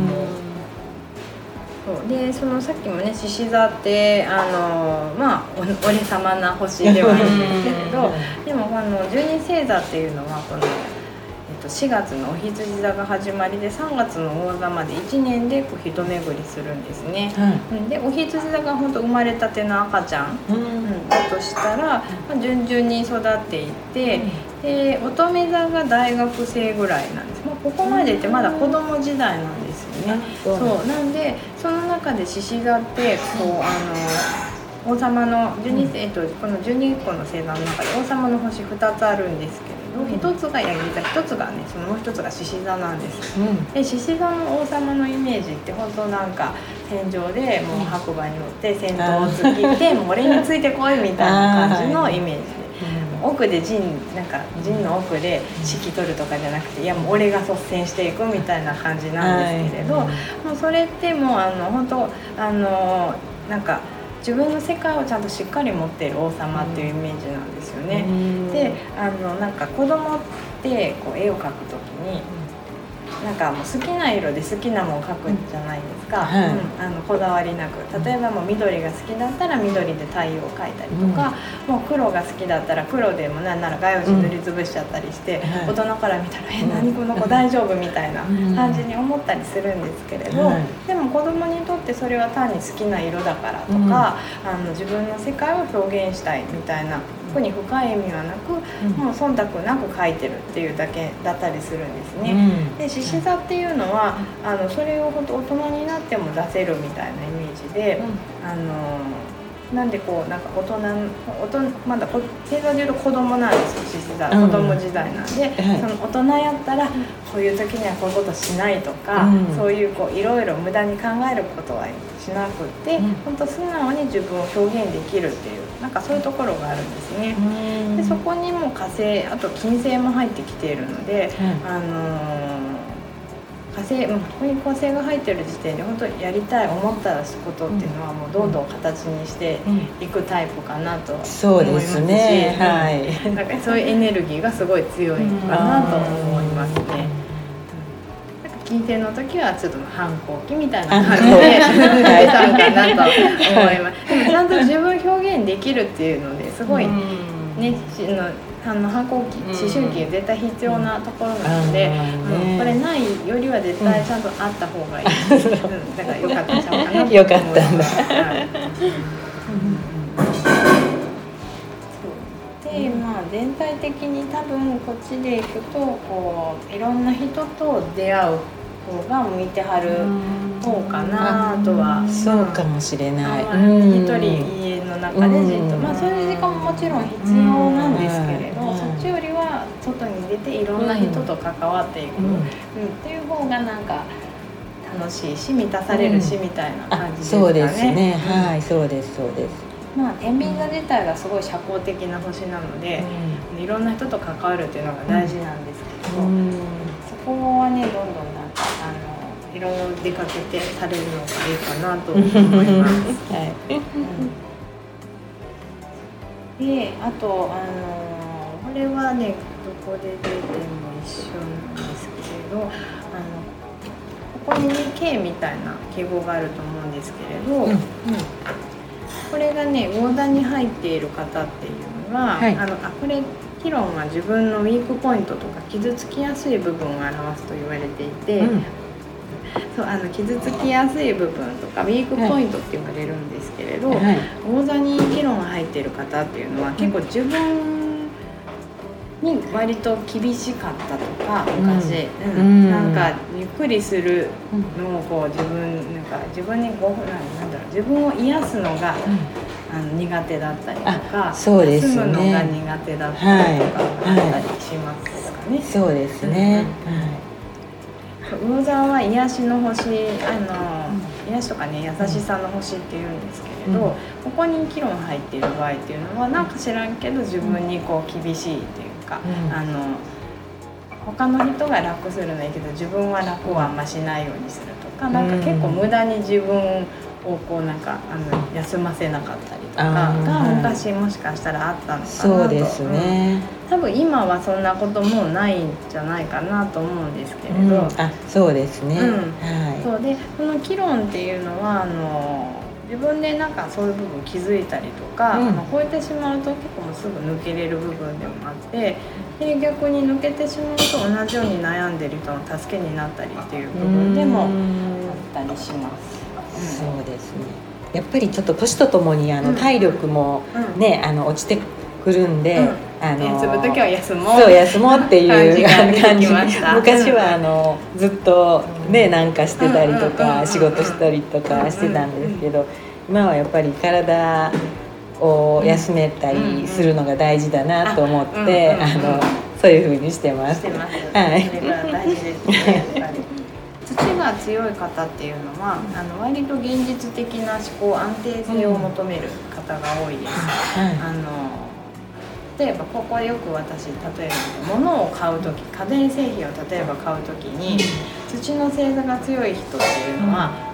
そうでそのさっきもね獅子座ってあのまあ俺様な星ではあるんですけれどでもあの十二星座っていうのはこの、えっと、しがつのお羊座が始まりでさんがつの魚座までいちねんでこう一巡りするんですね、うん、でお羊座が本当生まれたての赤ちゃん、うん、だとしたら、まあ、順々に育っていってで乙女座が大学生ぐらいなんです、まあ、ここまでってまだ子供時代なんですよね、うん、そうなんでその中で獅子座ってこうあの王様のじゅうに、えっと、このじゅうにこの星座の中で王様の星ふたつあるんですけれど、ひとつがヤギ座、ひとつがねそのもうひとつが獅子座なんです、うん、で獅子座の王様のイメージって本当なんか戦場でもう白馬に乗って戦闘を突きてもう俺についてこいみたいな感じのイメージで奥で陣なんか陣の奥で指揮取るとかじゃなくていやもう俺が率先していくみたいな感じなんですけれど、もうそれってもうあの本当あのなんか自分の世界をちゃんとしっかり持っている王様っていうイメージなんですよね。であのなんか子供ってこう絵を描くときになんかもう好きな色で好きなものを描くんじゃないですか、うんはいうん、あのこだわりなく、例えばもう緑が好きだったら緑で太陽を描いたりとか、うん、もう黒が好きだったら黒でもなんなら画用紙塗りつぶしちゃったりして、うん、大人から見たら「え何この子大丈夫?」みたいな感じに思ったりするんですけれど、うん、でも子供にとってそれは単に好きな色だからとか、うん、あの自分の世界を表現したいみたいな特に深い意味はなく、うん、もう忖度なく描いてるっていうだけだったりするんですね、うん、で獅子座っていうのはあのそれを本当大人になっても出せるみたいなイメージで、うん、あのなんでこうなんか大人大人まだ星座でいうと子供なんですよ獅子座、うん、子供時代なんで、はい、その大人やったらこういう時にはこういうことしないとか、うん、そういうこういろいろ無駄に考えることはしなくて、うん、本当素直に自分を表現できるっていうなんかそういうところがあるんですね。でそこにも火星あと金星も入ってきているので、うん、あのー、火星、ここに火星が入っている時点で本当にやりたい思ったことっていうのはもうどんどん形にしていくタイプかなと思いますし、そうですね、はい、なんかそういうエネルギーがすごい強いかなと思いますね。金星の時はちょっと反抗期みたいな感じで出たのかなと思います。でもちゃんと自分表現できるっていうのですごいね、あの反抗期、思春期絶対必要なところなので、うん、これないよりは絶対ちゃんとあった方がいい、うん、だからよかったんちゃうかなと思います。よかったんだ。でまあ、全体的に多分こっちで行くとこういろんな人と出会う方が向いてはる方かなとは、 そうかもしれない。 一人家の中でじっと、まあ、そういう時間ももちろん必要なんですけれど、そっちよりは外に出ていろんな人と関わっていく、うんうん、っていう方がなんか楽しいし満たされるし、みたいな感じですかね。 そうですね、はい、そうですそうです。 まあ、天秤座自体がすごい社交的な星なので、うん、いろんな人と関わるっていうのが大事なんですけど、うん、そこはねどんどんなんかあのいろいろ出かけてされるのがいいかなと思います、はいうん、であとあのこれはねどこで出ても一緒なんですけれど、あのここにね K みたいな記号があると思うんですけれど、うんうん、これがね魚座に入っている方っていうのは、はい、あのあこれキロンは自分のウィークポイントとか傷つきやすい部分を表すと言われていて、うん、そうあの傷つきやすい部分とかウィークポイントって言われるんですけれど、はい、魚座にキロンが入っている方っていうのは結構自分に割と厳しかったとか昔、うんうん、なんかゆっくりするのをこう自分なんか自分にごなんだろう自分を癒すのが、うん、あの苦手だったりとか、 そうですね、 休むのが苦手だったりとかあったりしますかね。はいはい、 そうですね。 魚座は癒しの星、あの、うん、癒しとかね優しさの星っていうんですけれど、うん、ここにキロン入っている場合っていうのはなんか知らんけど自分にこう厳しいっていう。うん、あの他の人が楽するのはいいけど自分は楽はあんましないようにするとか、うん、なんか結構無駄に自分をこうなんかあの休ませなかったりとかが昔もしかしたらあったのかなと。 そうですね、 うん、多分今はそんなこともないんじゃないかなと思うんですけれど、うん、 あそうですね、うんはい、そうでそのキロンっていうのはあの自分でなんかそういう部分気づいたりとか、うん、まあ、超えてしまうと結構もうすぐ抜けれる部分でもあって、で逆に抜けてしまうと同じように悩んでる人の助けになったりっていう部分でもあったりします。 うん、そうですね。やっぱりちょっと年とともにあの体力もね、うん、あの落ちてくるんで、うん、 あの休む時は休もうそう休もうっていう感じ昔はあのずっとねなんかしてたりとか仕事したりとかしてたんですけど、今はやっぱり体を休めたりするのが大事だなと思ってあのそういう風にしてます。 してます。はい。それが大事ですね。やっぱり土が強い方っていうのはあの割と現実的な思考安定性を求める方が多いです。うん、あの例えばここよく私例えば物を買う時家電製品を例えば買う時に土の星座が強い人っていうのは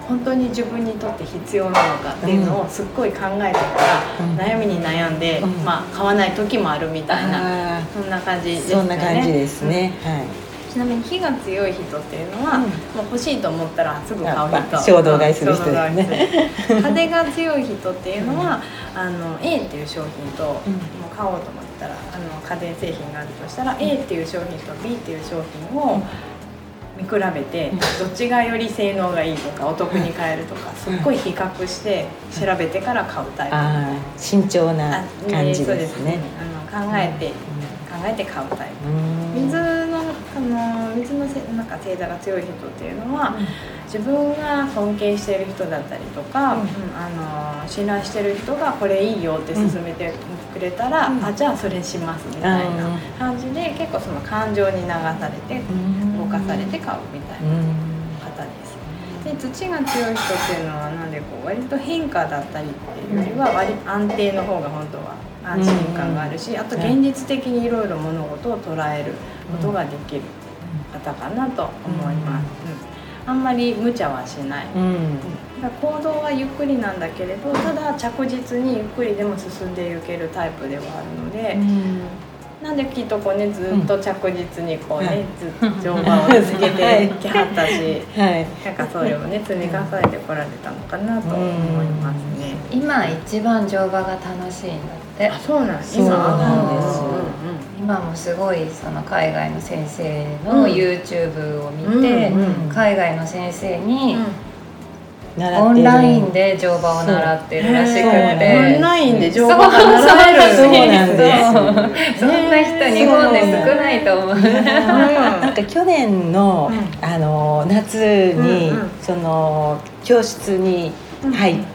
本当に自分にとって必要なのかっていうのをすっごい考えてから、うん、悩みに悩んで、うん、まあ買わない時もあるみたいな、そんな感じですね。 そんな感じですね、うん、はい。 ちなみに火が強い人っていうのは、うん、もう欲しいと思ったらすぐ買う人、 衝動買いする人ですね。 風が強い人っていうのは、うん、あの A っていう商品と、うん、もう買おうと思ったらあの家電製品があるとしたら、うん、A っていう商品と B っていう商品を見比べて、うん、どっちがより性能がいいとかお得に買えるとか、すっごい比較して調べてから買うタイプ。あ、 慎重な感じですね。 あの考えて、うん、考えて買うタイプ。水のあの水のせなんか星座が強い人っていうのは、うん、自分が尊敬している人だったりとか、うん、あの信頼している人がこれいいよって勧めてくれたら、うん、あじゃあそれしますみたいな感じで、結構その感情に流されて、うん、動かされて買うみたいな方です。で土が強い人っていうのはなんでこう割と変化だったりっていうよりは割安定の方が本当は安心感があるし、あと現実的にいろいろ物事を捉えることができる方かなと思います。うん、あんまり無茶はしない。うん、だから行動はゆっくりなんだけれど、ただ着実にゆっくりでも進んでいけるタイプではあるので、うん、なんできっとこうねずっと着実にこうね、うん、ずっと乗馬を続けてきはったし、はい、なんかそれをね積み重ねてこられたのかなと思いますね。 今一番乗馬が楽しいんだって。 あ、そうなんです。 今なんです。今もすごいその海外の先生の YouTube を見て、うん、海外の先生に、うん、オンラインで乗馬を習ってるらしくて、 オンラインで乗馬が習える。 そうなんです。 そんな人日本で少ないと思う。 なんか去年の、うん、あの夏に、うんうん、その教室に入って、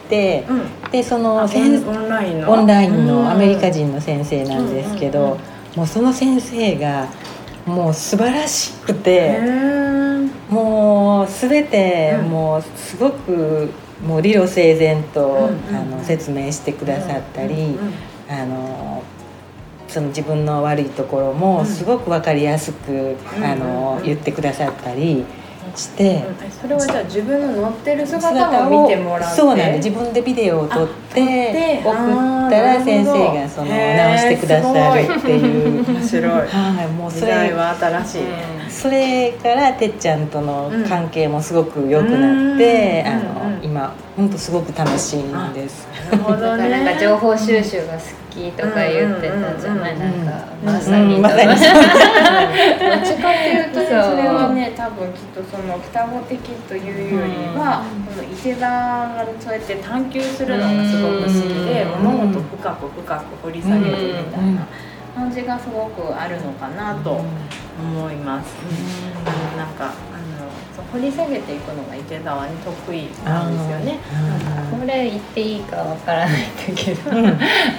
うんうん、でその先オンラインのオンラインのアメリカ人の先生なんですけど、うんうんうん、もうその先生がもう素晴らしくて、もう全てもうすごくもう理路整然と、うんうん、あの説明してくださったり、うんうんうん、あのその自分の悪いところもすごく分かりやすく、うん、あの言ってくださったりして、 うん、それはじゃあ自分の乗ってる姿も見てもらって、 そうなんで自分でビデオを撮って送ったら先生がその直してくださるっていう面白い、 はい、もうそれ時代は新しい、 うん、それからてっちゃんとの関係もすごく良くなって、うん、あの、うん、今本当すごく楽しいんです。 なるほどね。 なんか情報収集が好きとか言ってたじゃない、なんかまさに、 うん、まさにどっちかっていうとそれはね、多分きっとその双子的というよりは、この伊勢田がそうやって探求するのがすごく好きで、物事を深く深く掘り下げるみたいな感じがすごくあるのかなと思います。うん、あのなんか掘り下げていくのが池澤に得意なんですよね。 これ言っていいかわからないんだけど、うん、あの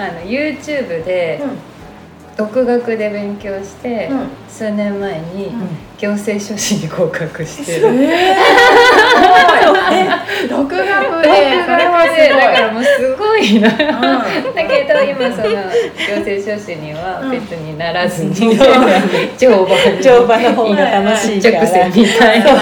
YouTube で、うん、独学で勉強して、うん、数年前に行政書士に合格してる、うん、えー、独学でそれはすごい。だからもうすごいな、うん、だけど今その行政書士には別にならずに、うん、乗馬乗馬の方が楽しいから直線みたいな、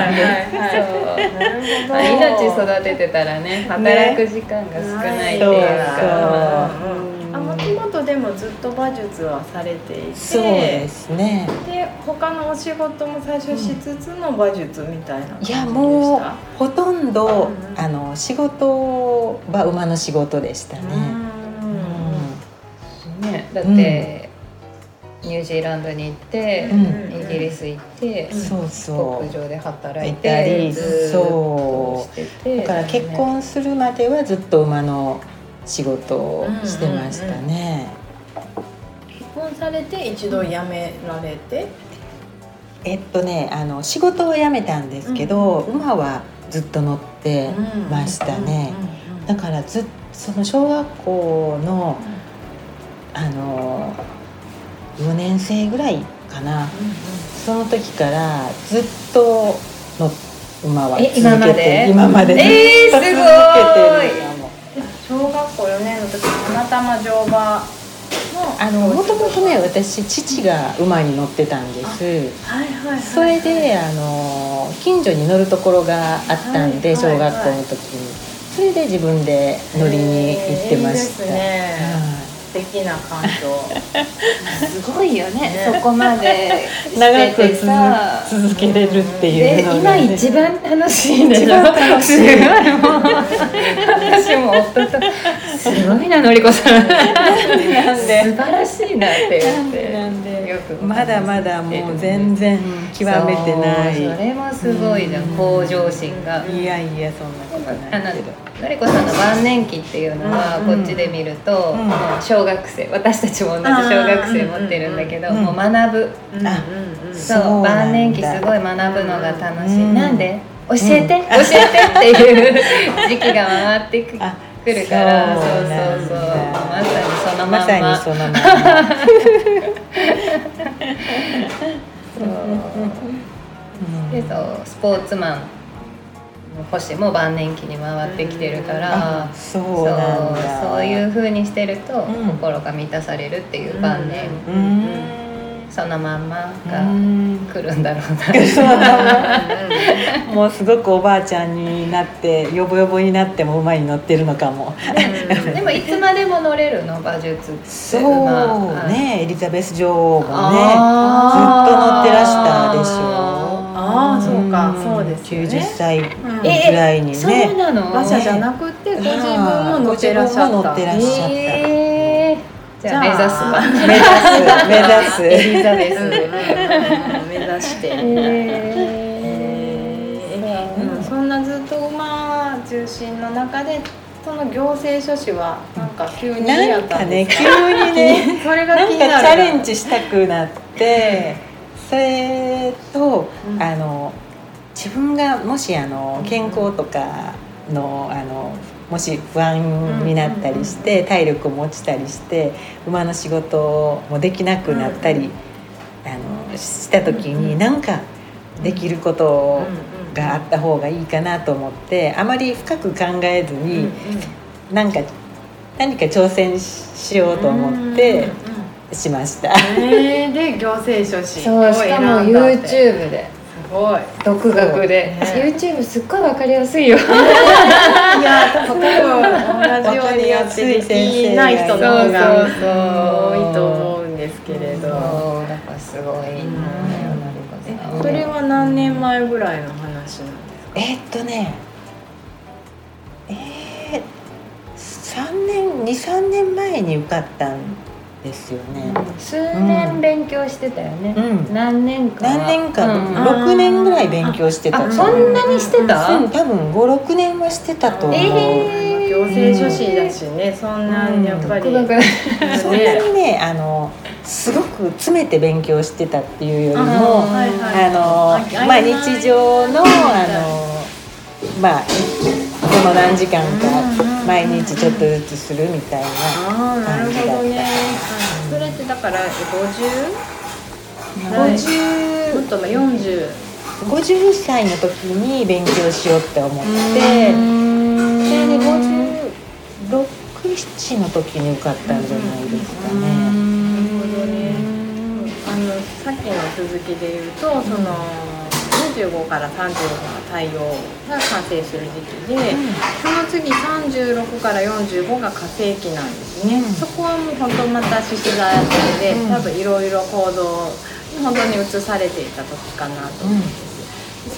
命育ててたらね働く時間が少ないっていうか、 もともとでもずっと馬術はされていて、 そうですね。 で他のお仕事も最初しつつの馬術みたいな感じでした。いやもうほとんど、うん、あの仕事は馬の仕事でしたね。 うん、ねだって、うん、ニュージーランドに行って、うん、イギリス行って、うん、 そうそう牧場で働いてずっとしてて、 だから結婚するまではずっと馬の仕事をしてましたね。 結婚されて一度辞められて、 えっとねあの仕事は辞めたんですけど、うん、馬はずっと乗ってましたね。だからずその小学校のあのよねん生ぐらいかな、うんうん、その時からずっとの馬は続けて、 今まで今までずっと続けてる、 えー、すごい。 小学校よねんの時たまたま乗馬のあのもともとね私父が馬に乗ってたんです。 はいはいはい、 それであの近所に乗るところがあったんで、小学校の時にそれで自分で乗りに行ってました。 いいですね、素敵な環境すごいよね、ねそこまで長く続けれるっていうのが、 ね、今一番楽しいんでしょ。一番楽しい。すごいもう私も夫とすごいなのりこさん。なんでなんで素晴らしいなって言ってなんでよくまだまだもう全然極めてない。 そ, それもすごいじゃん、向上心が。 いやいやそんなことないけど、 のりこさんの晩年期っていうのはこっちで見ると、うん、小学生、私たちも同じ小学生持ってるんだけど、うん、もう学ぶ、うん、あ、そう晩年期すごい学ぶのが楽しい、うん、なんで教えて、うん、教えてっていう時期が回ってくるから、そうそうそう、まさにそのまんま、まさにそのまんまそうでそうスポーツマン星も晩年期に回ってきてるから、 うん、そうなんだ。 そう、そういう風にしてると、うん、心が満たされるっていう晩年、うんうん、そのまんまが来るんだろうな、 うん、もうすごくおばあちゃんになってヨボヨボになっても馬に乗ってるのかも、 うん、でもいつまでも乗れるの馬術ってそうね、エリザベス女王もねずっと乗ってらしたでしょ。 ああ、そうか、うん、そうですね。 きゅうじゅっさいぐらいにね、 えそうなの？ 馬車じゃなくてご自分も乗ってらっしゃった。 乗ってらっしゃった。 えー、じゃあ目指すわ。 目指す目指すエリザベス、うん、 目指して。えー、うん、そんなずっと馬中心の中で。その行政書士はなんか急にやったんですか？ なんかね、急にねそれが気になる。 なんかチャレンジしたくなって、それと、うん、あの自分がもしあの健康とかの、あのもし不安になったりして、体力も落ちたりして馬の仕事もできなくなったり、あのした時に何かできることがあった方がいいかなと思って、あまり深く考えずに何か何か挑戦しようと思ってしました。 えー、で行政書士、 そう、しかも YouTube で、 すごい独学で、ね、YouTube すっごい分かりやすいよ。いや、多分同じようにやってできない人の方が多いと思うんですけれど、 そうだからすごいな。 それは何年前ぐらいの話なんですか？ えー、っとねえー、さんねんにさんねんまえに受かったんですよね、 うん、数年勉強してたよね、うん、何年か何年か、うん、ろくねんぐらい勉強してた。 あ、そんなにしてた？ うん、多分ご、ろくねんはしてたと思う、 えー、行政書士だしね、そんなにやっぱり、うん、 そんなにね、あのすごく詰めて勉強してたっていうよりも、あの、まあ、日常の、あの、まあ、この何時間か毎日ちょっとずつするみたいな感じだった。あ、なるほどね。 それってだからごじゅう、ごじゅう、もっとよんじゅう、 ごじゅっさいの時に勉強しようって思って、でごじゅうろく、ななの時に受かったんじゃないですかね。 あのさっきの続きで言うと、そのにじゅうごからさんじゅうろくが太陽が完成する時期で、うん、その次さんじゅうろくからよんじゅうごが火星期なんですね、うん、そこはもう本当また獅子座やってで、うん、多分いろいろ行動に本当に移されていた時かなと思うんです、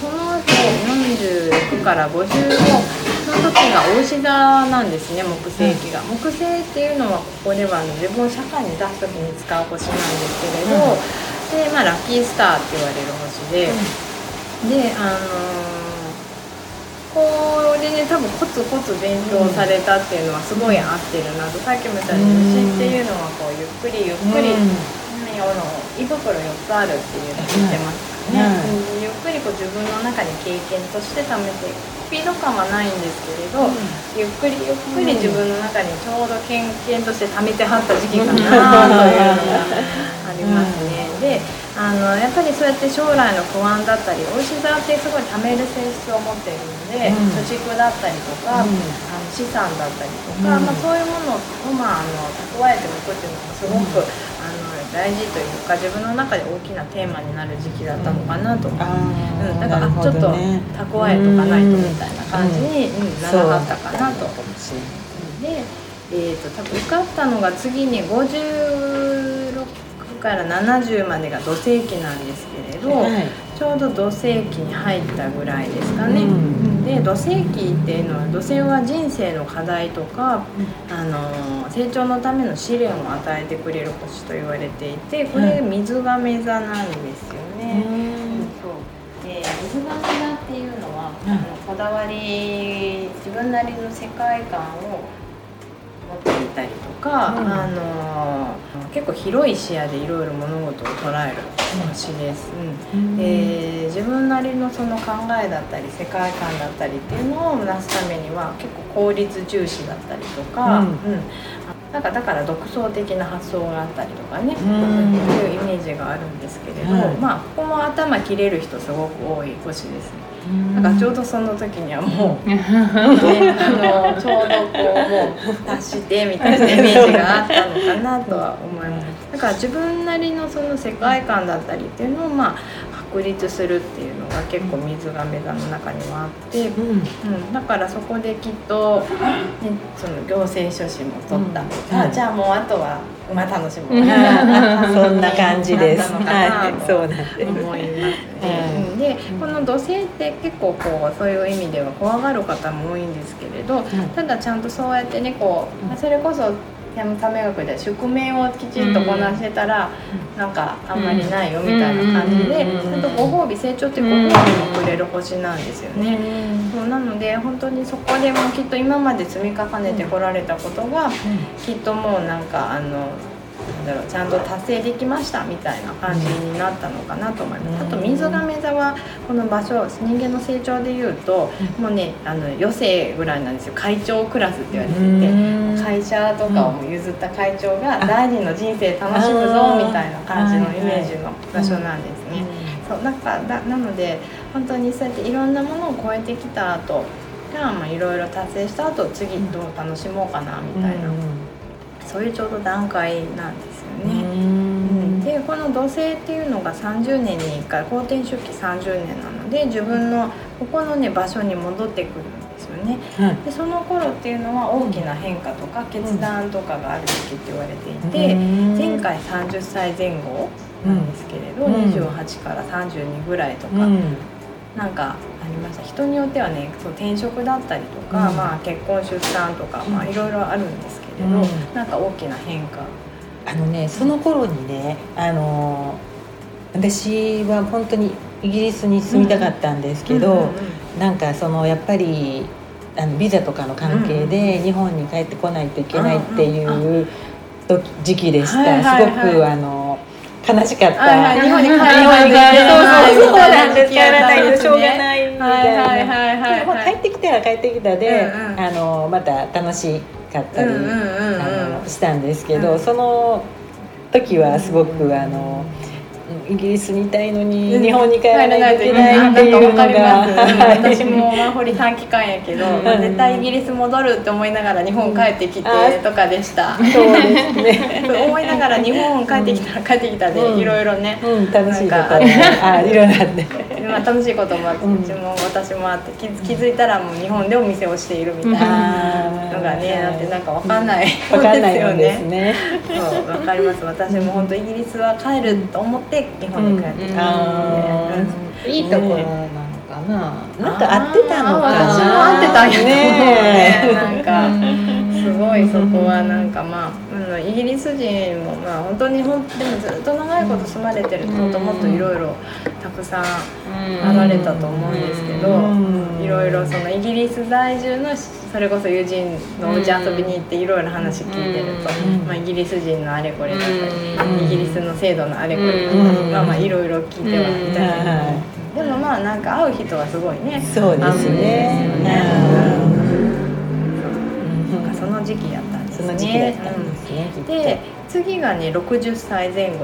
うん、その後よんじゅうろくからごじゅうごその時が牡牛座なんですね、木星期が、うん、木星っていうのはここでは自分を社会に出す時に使う星なんですけれど、うん、でまあ、ラッキースターって言われる星で、うん、であのーこれね、多分コツコツ勉強されたっていうのはすごい合ってるなと、さっきみたいに牛っていうのはこうゆっくりゆっくり、うん、あの胃袋よっつあるっていうのを言ってますからね、うん、ゆっくりこう自分の中に経験として貯めてスピード感はないんですけれど、うん、ゆっくりゆっくり自分の中にちょうど経験として貯めてはった時期かなというのがありますね、うん、であのやっぱりそうやって将来の不安だったり、牡牛座ってすごい貯める性質を持っているので、うん、貯蓄だったりとか、うん、あの資産だったりとか、うんまあ、そういうものを、まあ、あの蓄えておくっていうのがすごく、うん、あの大事というか自分の中で大きなテーマになる時期だったのかなと思う、うん、だから、ね、ちょっと蓄えとかないとみたいな感じに、うんうん、ならはったかなと。でえー、と多分受かったのが次にごじゅうろくからななじゅうまでが土星期なんですけれど、はい、ちょうど土星期に入ったぐらいですかね、うん、で土星期っていうのは土星は人生の課題とか、うん、あの成長のための試練を与えてくれる星と言われていて、これ水亀座なんですよね、うん、そうで水亀座っていうのは、うん、あのこだわり自分なりの世界観を持っていたりとか、うん、あの結構広い視野でいろいろ物事を捉える星です、うんうん、で自分なりのその考えだったり世界観だったりっていうのをなすためには結構効率重視だったりとか、うんうん、なんかだから独創的な発想があったりとかね、うん、いうイメージがあるんですけれど、うん、まあここも頭切れる人すごく多い星ですね。なんかちょうどその時にはもう、ね、あのちょうどこうもう達してみたいなイメージがあったのかなとは思います。だから自分なりのその世界観だったりっていうのをまあ確立するっていうのが結構水亀座の中にはあって、うんうん、だからそこできっと、ね、その行政書士も取ったのか、うん、じゃあもうあとは馬楽しむ、うん、 そんな感じです。 はい、そうなんです思いますね、うん、でこの土星って結構こうそういう意味では怖がる方も多いんですけれど、ただちゃんとそうやってねこうそれこそため学で宿命をきちんとこなしてたら、うん、なんかあんまりないよみたいな感じで、ちゃんとご褒美成長ってご褒美もくれる星なんですよね、うん、そうなので本当にそこでもきっと今まで積み重ねてこられたことが、うん、きっともうなんかあのなんだろうちゃんと達成できましたみたいな感じになったのかなと思います。あと水亀座はこの場所人間の成長でいうともうねあの余生ぐらいなんですよ。会長クラスって言われていて、会社とかを譲った会長が第二の人生楽しむぞみたいな感じのイメージの場所なんですね。そうなんかだなので本当にそうやっていろんなものを超えてきた後がまあいろいろ達成した後次どう楽しもうかなみたいな。そういうちょうど段階なんですよね。うん、でこの土星っていうのがさんじゅうねんにいっかい公転周期さんじゅうねんなので自分のここのね場所に戻ってくるんですよね、うん、でその頃っていうのは大きな変化とか決断とかがある時期って言われていて、うん、前回さんじゅっさいぜん後なんですけれど、うん、にじゅうはちからさんじゅうにぐらいとか、うん、なんかありました。人によってはねそう転職だったりとか、うんまあ、結婚出産とか、まあ、いろいろあるんですけれど、うん、なんか大きな変化あのねその頃にねあの私は本当にイギリスに住みたかったんですけど、うんうんうんうん、なんかそのやっぱりあのビザとかの関係で日本に帰ってこないといけないっていう時期でした、はいはいはい、すごくあの悲しかった、はいはい、 日本に帰らないといけないそうなんです帰らないとしょうがないみたいな、はいはいはいはい、 帰ってきたら帰ってきたで、うんうん、あのまた楽しかったり、うんうんうんうん、あのしたんですけど、うん、その時はすごくあのイギリスにいたいのに、うん、日本に帰らないといけないっていうのが、うん、 私もワーホリ短期間やけど、うん、絶対イギリス戻るって思いながら日本帰ってきてとかでした、うん、そうですね思いながら日本帰ってきたら帰ってきたで、うん、いろいろね、 うん、楽しいことあいろいろあってまあ楽しいこともあって、うん、うちも私もあって気づいたらもう日本でお店をしているみたいなのがね、だってなんか分かんない分かんないよねそう分かります。私も本当イギリスは帰ると思って日本に帰ってきたので、 いいところなのかな、 なんか合ってたのかな、 私も合ってたんやと思うねなんかすごいそこはなんかまあイギリス人もまあ本当にほんでもずっと長いこと住まれてるともっともっといろいろたくさんあられたと思うんですけど、いろいろそのイギリス在住のそれこそ友人のお家遊びに行っていろいろ話聞いてると、まあ、イギリス人のあれこれだったりイギリスの制度のあれこれだったりまあまあいろいろ聞いてはいたけど、でもまあなんか会う人はすごいねそうですね、 なんかその時期やったんですね。 その時期だったんですね、 うん、で次がねろくじゅっさいぜん後なんです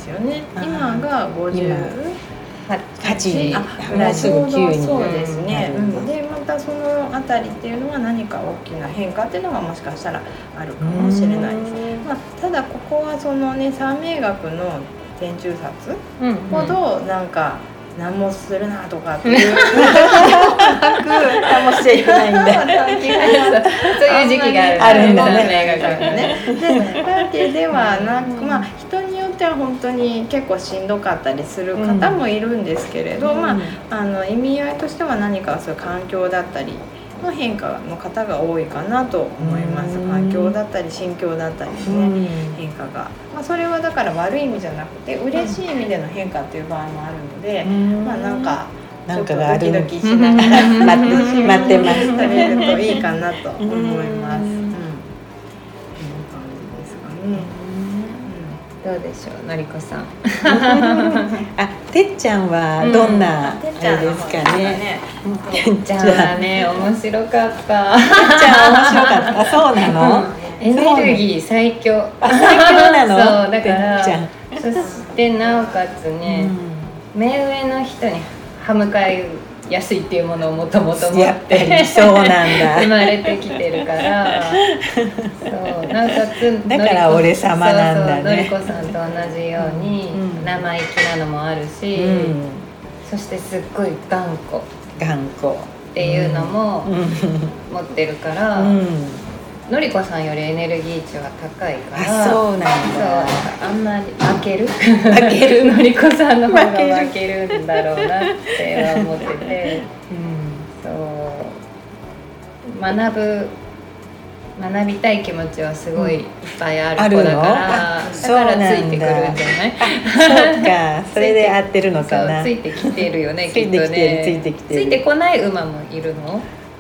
ですよね。今がごじゅうはち、 あ、 もうすぐきゅうにそうですね、 うんうん、でまたそのあたりっていうのは何か大きな変化っていうのがもしかしたらあるかもしれないです、まあ、ただここはそのね三名学の天中札ほどなんか何もするなとかっていう何もしちゃいけないんだそういう時期があるんだねね。 でわけではなく、まあ人によっては本当に結構しんどかったりする方もいるんですけれど、 うん、 まああの意味合いとしては何かそういう環境だったりの変化の方が多いかなと思います。環境だったり心境だったりですね、変化が、まあ、それはだから悪い意味じゃなくて嬉しい意味での変化っていう場合もあるので、まあなんかちょっとドキドキしながら待って待ってます食べるといいかなと思います。うん、こんな感じですかね。 どうでしょう、のりこさん。 あ、てっちゃんはどんな、うん、あれですかね。 てっちゃんはね、面白かった。てっちゃん面白かった。そうなの？ エネルギー最強。 最強なの？ そうだから。そしてなおかつね、うん、目上の人に歯向かいやすいっていうものをもともと持ってそうなんだ生まれてきてるからそうなおかつだから俺様なんだね。 のりこさんと同じように、うん、生意気なのもあるし、うん、そしてすっごい頑固頑固っていうのも持ってるから、うんうん、のりこさんよりエネルギー値は高いから、 あ、そうなんだ。 そうあんまり負ける負けるのりこさんの方が負けるんだろうなって思ってて、うん、そう学ぶ学びたい気持ちはすごいいっぱいある子だから、うん、だからついてくるんじゃない？ そうか、それで合ってるのかな。 そうついてきてるよねきっとね。 ついてきてるついてきてる。 ついてこない馬もいるの？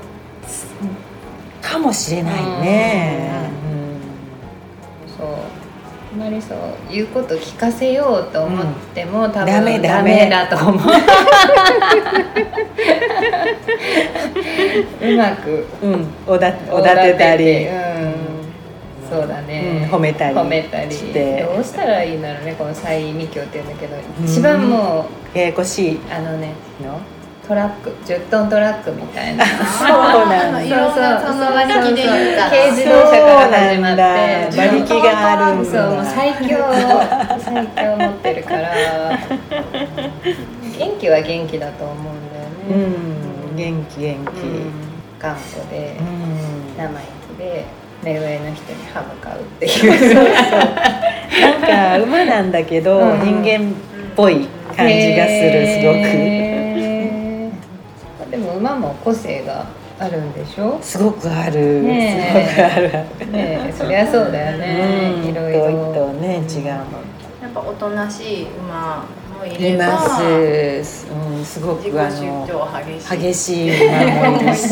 かもしれないね、 うん、そうあまりそう言うこと聞かせようと思っても、うん、多分ダメダメだと思ううまく、 うん、おだおだてたり、うん、 そうだね、 うん、褒めたり褒めたりしてどうしたらいいんだろうね、この再未教って言うんだけど、一番もうややこしいあのねのトラックじゅっトントラックみたいなそうなんだ。 いろんなその馬力で言ったら軽自動車から始まって馬力があるんだ。 そうもう最強最強持ってるから元気は元気だと思うんだよね、 うん、元気元気、うん、 頑固で、うん、生意気で目上の人に歯向かうっていうそうそうなんか馬なんだけど、うん、人間っぽい感じがする、すごくでも馬も個性があるんでしょ？ すごくある、 ね、 すごくあるね、そりゃそうだよね、うん、いろいろとね、違うの。 やっぱおとなしい馬もいればいます、うん、すごくあの激しい馬もいるし、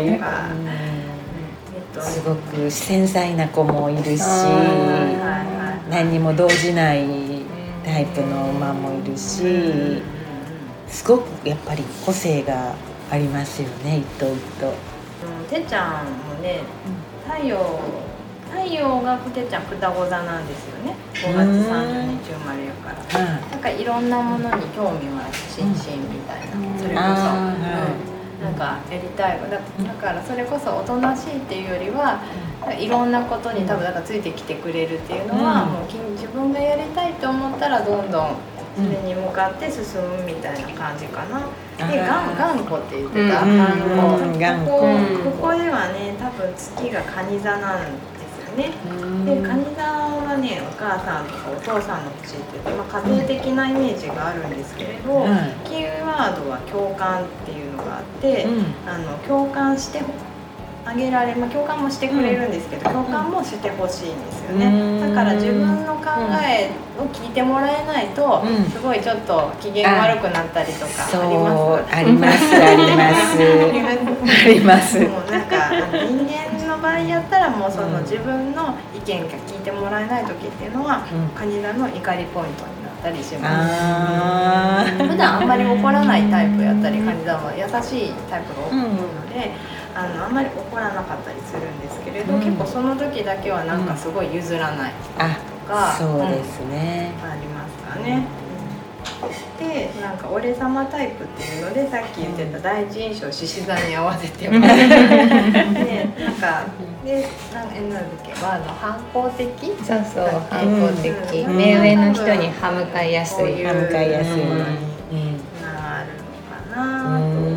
うん、すごく繊細な子もいるし、何にも動じないタイプの馬もいるし、すごくやっぱり個性がありますよね、一頭一頭。 うん、てっちゃんもね、太陽太陽がてっちゃん双子座なんですよね。ごがつさんじゅうにち生まれるから、うん、なんかいろんなものに興味は心身みたいな、うん、それこそ、うん、なんかやりたいだだからそれこそおとなしいっていうよりは、いろんなことに多分なんかついてきてくれるっていうのは、うん、もう自分がやりたいと思ったらどんどんそれに向かって進むみたいな感じかな。で、頑固って言ってた。頑固。ここ、ここではね、多分月が蟹座なんですよね。で、蟹座はね、お母さんとかお父さんの星って言って、まあ、家庭的なイメージがあるんですけれど、キーワードは共感っていうのがあって、あの共感してあげられ、まあ、共感もしてくれるんですけど、共感もしてほしいんですよね。だから自分の考えを聞いてもらえないと、すごいちょっと機嫌悪くなったりとかあります。 ありますありますあります。 もうなんか人間の場合やったらもうその自分の意見が聞いてもらえない時っていうのは、蟹座の怒りポイントになったりします。普段あんまり怒らないタイプやったり、蟹座は優しいタイプが多いので。あのあんまり怒らなかったりするんですけれど、うん、結構その時だけはなんかすごい譲らないとか、 うん、そうですね、 うん、ありますかね。でなんか俺様タイプっていうのでさっき言ってた第一印象獅子座に合わせてもらってでなんかでなんかえなんだっけはあの反抗的そうそう反抗的、うん、目上の人に歯向かいやすい歯向かいやすい、うん、 なるのかなというのが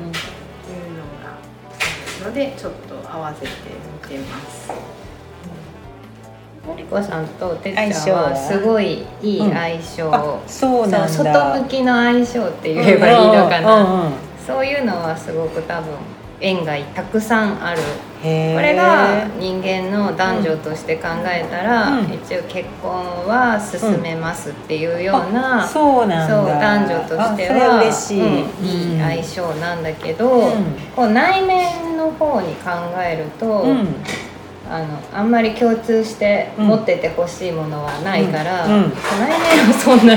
のでちょっと合わせてみてます。 のりこさんとてっちゃんはすごいいい相性、 うん、そうなんだ。 そう外向きの相性って言えばいいのかな、うんうん、そういうのはすごく多分縁がたくさんある。これが人間の男女として考えたら、うん、一応結婚は進めますっていうような、 うん、そうなんだ。 そう男女としては嬉しい、うん、いい相性なんだけど、うん、こう内面の方に考えると、うんあのあんまり共通して持っててほしいものはないから、うんうん、内面はそんなに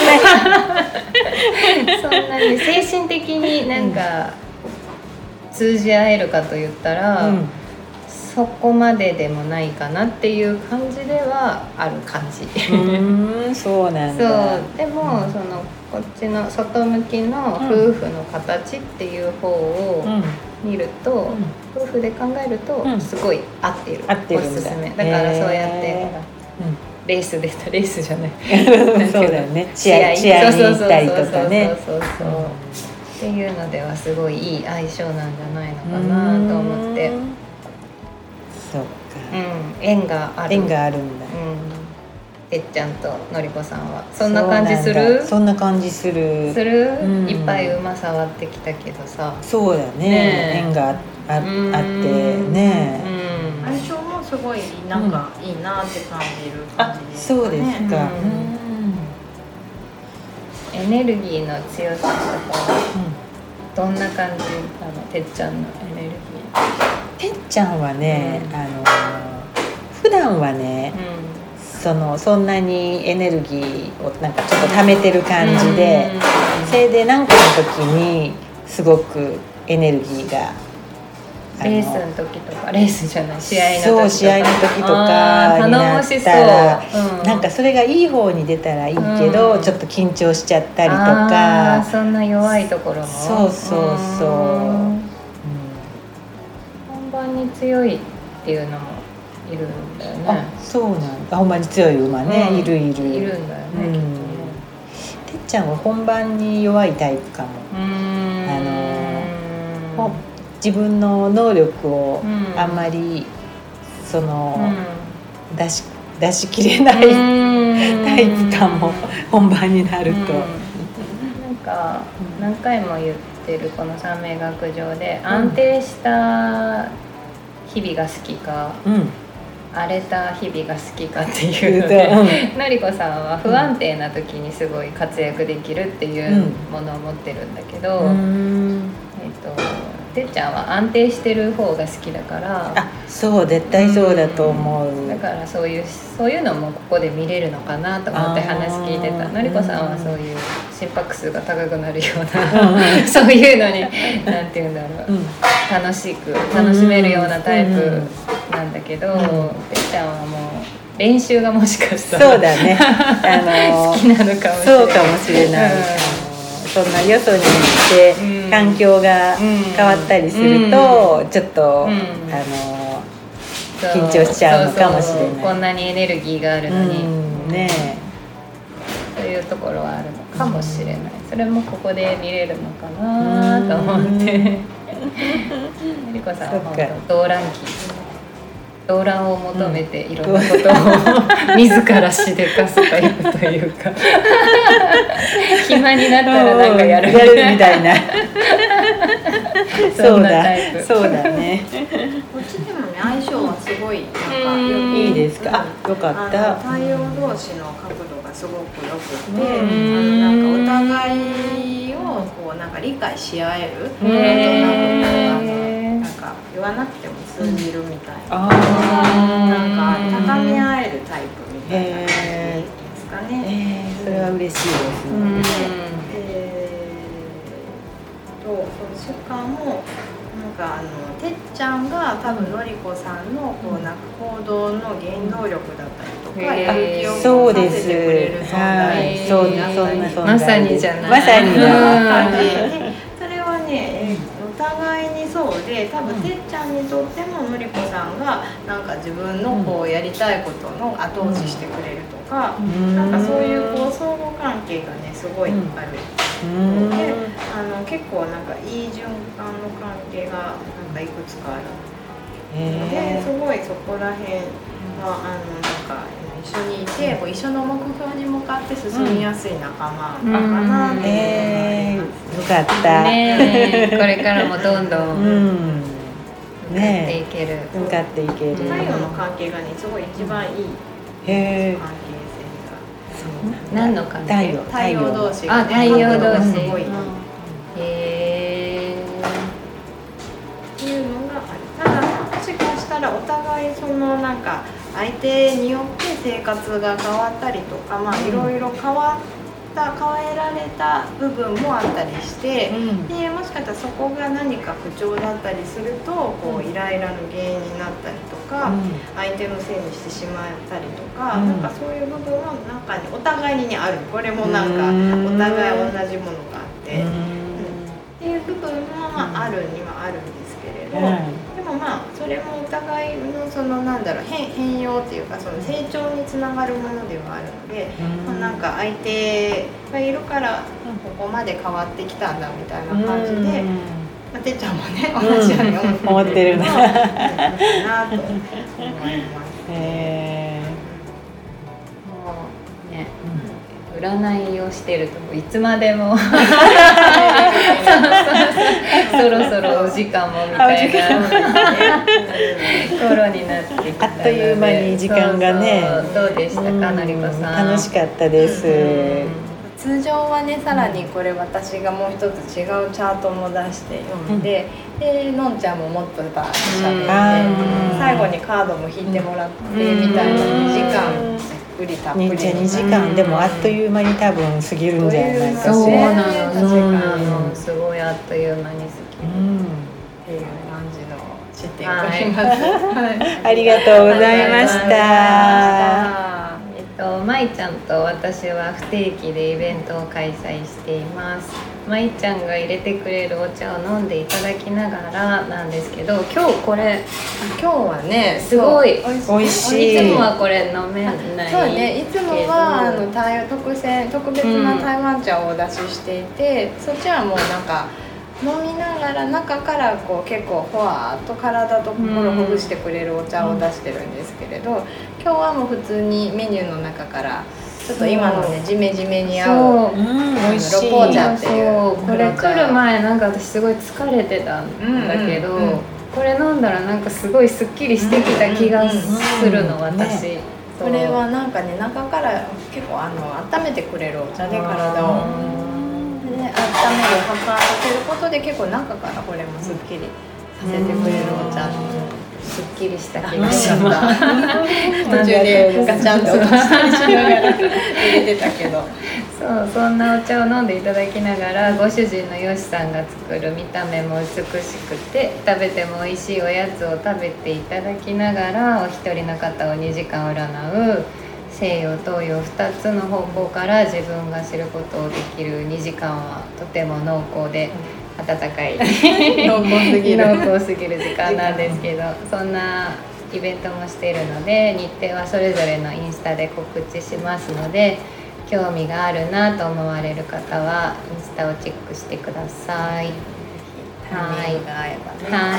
そんなに精神的になんか通じ合えるかと言ったら、うん、そこまででもないかなっていう感じではある感じ。 うんそうなんだ。 そうでも、うん、そのこっちの外向きの夫婦の形っていう方を見ると、うんうん夫婦で考えるとすごい合っている、 合ってるんだ。 おすすめだからそうやって、うん、レース出たレースじゃないそうだよね試合試合に行ったりとかねっていうのではすごいいい相性なんじゃないのかなと思って。 そうか、 うん、縁がある縁があるんだ、 うん、てっちゃんとのりこさんはそんな感じする？ そんな感じするする、うん、いっぱい馬触ってきたけどさそうだね、ね縁があってあ, あってね、 うん、相性もすごいなんかいいなって感じる感じですかね。 そうですか、 うん、エネルギーの強さとかはどんな感じなの？てっちゃんのエネルギー。 てっちゃんはね、うん、あの普段はね、うん、そのそんなにエネルギーをなんかちょっと溜めてる感じで、うん、それで何かの時にすごくエネルギーがレースの時とかレースじゃない試合の時とかそう試合の時とかになったら、うん、なんかそれがいい方に出たらいいけど、うん、ちょっと緊張しちゃったりとかあそんな弱いところもそうそうそう、うん、 本番に強いっていうのもいるんだよね。 あそうなんだ。本番に強い馬ね、うん、いるいるいるんだよね、うん、きっとね。 てっちゃんは本番に弱いタイプかも。 うーんあの自分の能力をあんまり、うん、その、うん、出し出しきれないタイプかも本番になると、うん、 なんか何回も言ってるこの三名学場で安定した日々が好きか、うん、荒れた日々が好きかっていうので、うん、のりこさんは不安定な時にすごい活躍できるっていうものを持ってるんだけど、うん、えっとてっちゃんは安定してる方が好きだからあそう絶対そうだと思う、 うん、だからそういうそういうのもここで見れるのかなと思って話聞いてた。のりこさんはそういう心拍数が高くなるようなそういうのになんていうんだろう、うん、楽しく楽しめるようなタイプなんだけど、うん、てっちゃんはもう練習がもしかしたらそうだねあの好きなのかもしれない。 そうかもしれない、うんそんなよそに行って環境が変わったりすると、うん、ちょっと、うん、あの緊張しちゃうのかもしれない。そうそうこんなにエネルギーがあるのに、 うん、ねそういうところはあるのかもしれない。それもここで見れるのかなと思ってのりこさんは本当動乱期動乱を求めていろんなことを自らしでかすタイプというか暇になったらなんかやるみたいな、みたいなそうだそうだねこっちでもね相性はすごいなんかいいですか、あよかった。 太陽同士の角度がすごくよくて、あのなんかお互いをこうなんか理解し合える、なんとなんか言わなくても通じるみたいな、なんか高め合えるタイプみたいな感じですかね。 それは嬉しいですね。 えー、とそのしかもなんかあのてっちゃんが多分のりこさんのこうなんか行動の原動力だったりとかやる気をそうです。 させてくれる存在はい、そうそんな存在まさにじゃない。 まさに感じで、それはね、お互いにそうで、多分てっちゃんにとってものりこさんがなんか自分のこうやりたいことの後押ししてくれるとか、うん、なんかそういうこう相互関係がねすごいある。うん、で、あの結構なんかいい循環の関係がなんかいくつかある。ですごいそこら辺はあのなんか一緒にいて、こう一緒の目標に向かって進みやすい仲間かなっていうのがあります。 よかった。 ね、これからもどんどん、うん、向かっていける。 向かっていける。 太陽の関係がねすごい一番いい関係性が。 何の関係？ 太陽同士が、ね、あ、太陽同士。 すごい。へえ。 っていうのがある。ただもしかしたらお互いそのなんか相手によって生活が変わったりとか、まあいろいろ変わった変えられた部分もあったりして、うん、でもしかしたらそこが何か不調だったりするとこうイライラの原因になったりとか、うん、相手のせいにしてしまったりとか、うん、なんかそういう部分は中にお互いに、ね、ある。これもなんかお互い同じものがあって、うん、っていう部分もまああるにはあるんですけれど、でもまあそれもお互いのそのなんだろう 変, 変容っていうかその成長につながるものではあるので、まあ、なんか相手がいるからここまで変わってきたんだみたいな感じで、まあ、てっちゃんもね同じように思ってるのかなと思います。へーもうね、占いをしてるといつまでもそろそろお時間もみたいな頃になってきたので、 あっという間に時間がね。 そうそう、どうでしたか、のりこさん。 楽しかったです。 通常はね、さらにこれ私がもう一つ違うチャートも出して読んで、うん、でのんちゃんももっとバーッとしゃべって、うん、最後にカードも引いてもらってみたいなにじかんじっくりたっぷりにじかんでもあっという間に多分過ぎるんじゃないかしら。 そうなの、うん、すごいあっという間に過ぎる、うん、 っていう感じの知っていただきます、 はい、ありがとうございました。 えっと、まいちゃんと私は不定期でイベントを開催しています。まいちゃんが入れてくれるお茶を飲んでいただきながらなんですけど、今日これ今日はねすごいおいしい。 いつもはこれ飲めない。 そうね、いつもはあの台特選特別な台湾茶をお出ししていて、うん、そっちはもうなんか飲みながら中からこう結構ふわーっと体と心をほぐしてくれるお茶を出してるんですけれど、うん、今日はもう普通にメニューの中からちょっと今のねジメジメに合う美味しいロポー茶っていうこれ来る前なんか私すごい疲れてたんだけど、うんうんうん、これ飲んだらなんかすごいすっきりしてきた気がするの、私、ね、 これはなんかね中から結構あの温めてくれるお茶で体をで、ね、温める発汗させることで結構中からこれもすっきりさせてくれるお茶、 すっきりした気がしました途中でガチャンと落としたりしながら入れてたけどそう、そんなお茶を飲んでいただきながらご主人のよしさんが作る見た目も美しくて食べても美味しいおやつを食べていただきながらお一人の方をにじかん占う西洋東洋ふたつの方向から自分が知ることをできるにじかんはとても濃厚で温かい濃厚すぎる濃厚すぎる時間なんですけど、そんなイベントもしているので日程はそれぞれのインスタで告知しますので、興味があるなと思われる方はインスタをチェックしてください。はい、はい、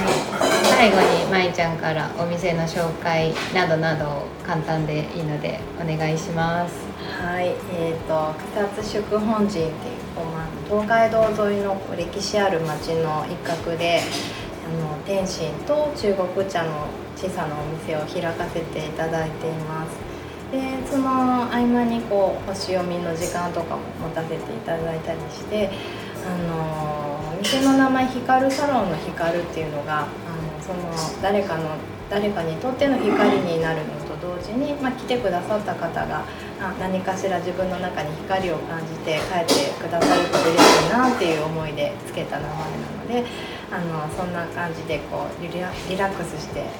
最後にまいちゃんからお店の紹介などなど簡単でいいのでお願いします。 はい、えーと草津宿本陣っていう東海道沿いの歴史ある町の一角であの点心と中国茶の小さなお店を開かせていただいています。でその合間にこう星読みの時間とかも持たせていただいたりして、あのお店の名前光るサロンの光るっていうのがあのその誰かの誰かにとっての光になるのと同時に、まあ、来てくださった方があ何かしら自分の中に光を感じて帰ってくださると嬉しいなっていう思いでつけた名前なので、あのそんな感じでこうリラ、リラックスして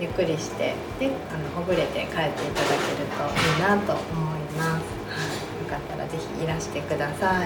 ゆっくりしてであのほぐれて帰っていただけるといいなと思います。よかったらぜひいらしてください。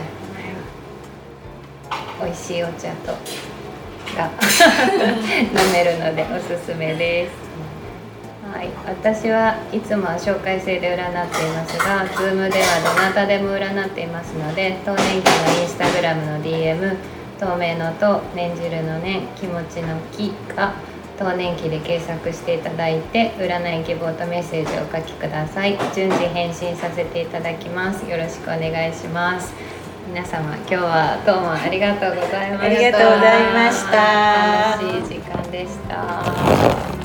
美味しいお茶とが飲めるのでおすすめです。はい、私はいつもは紹介制で占っていますが、Zoom ではどなたでも占っていますので、当年期のインスタグラムの ディーエム、透明のと念じるの念、気持ちの気が当年期で検索していただいて、占い希望とメッセージをお書きください。順次返信させていただきます。よろしくお願いします。皆様今日はどうもありがとうございました。 ありがとうございました。 楽しい時間でした。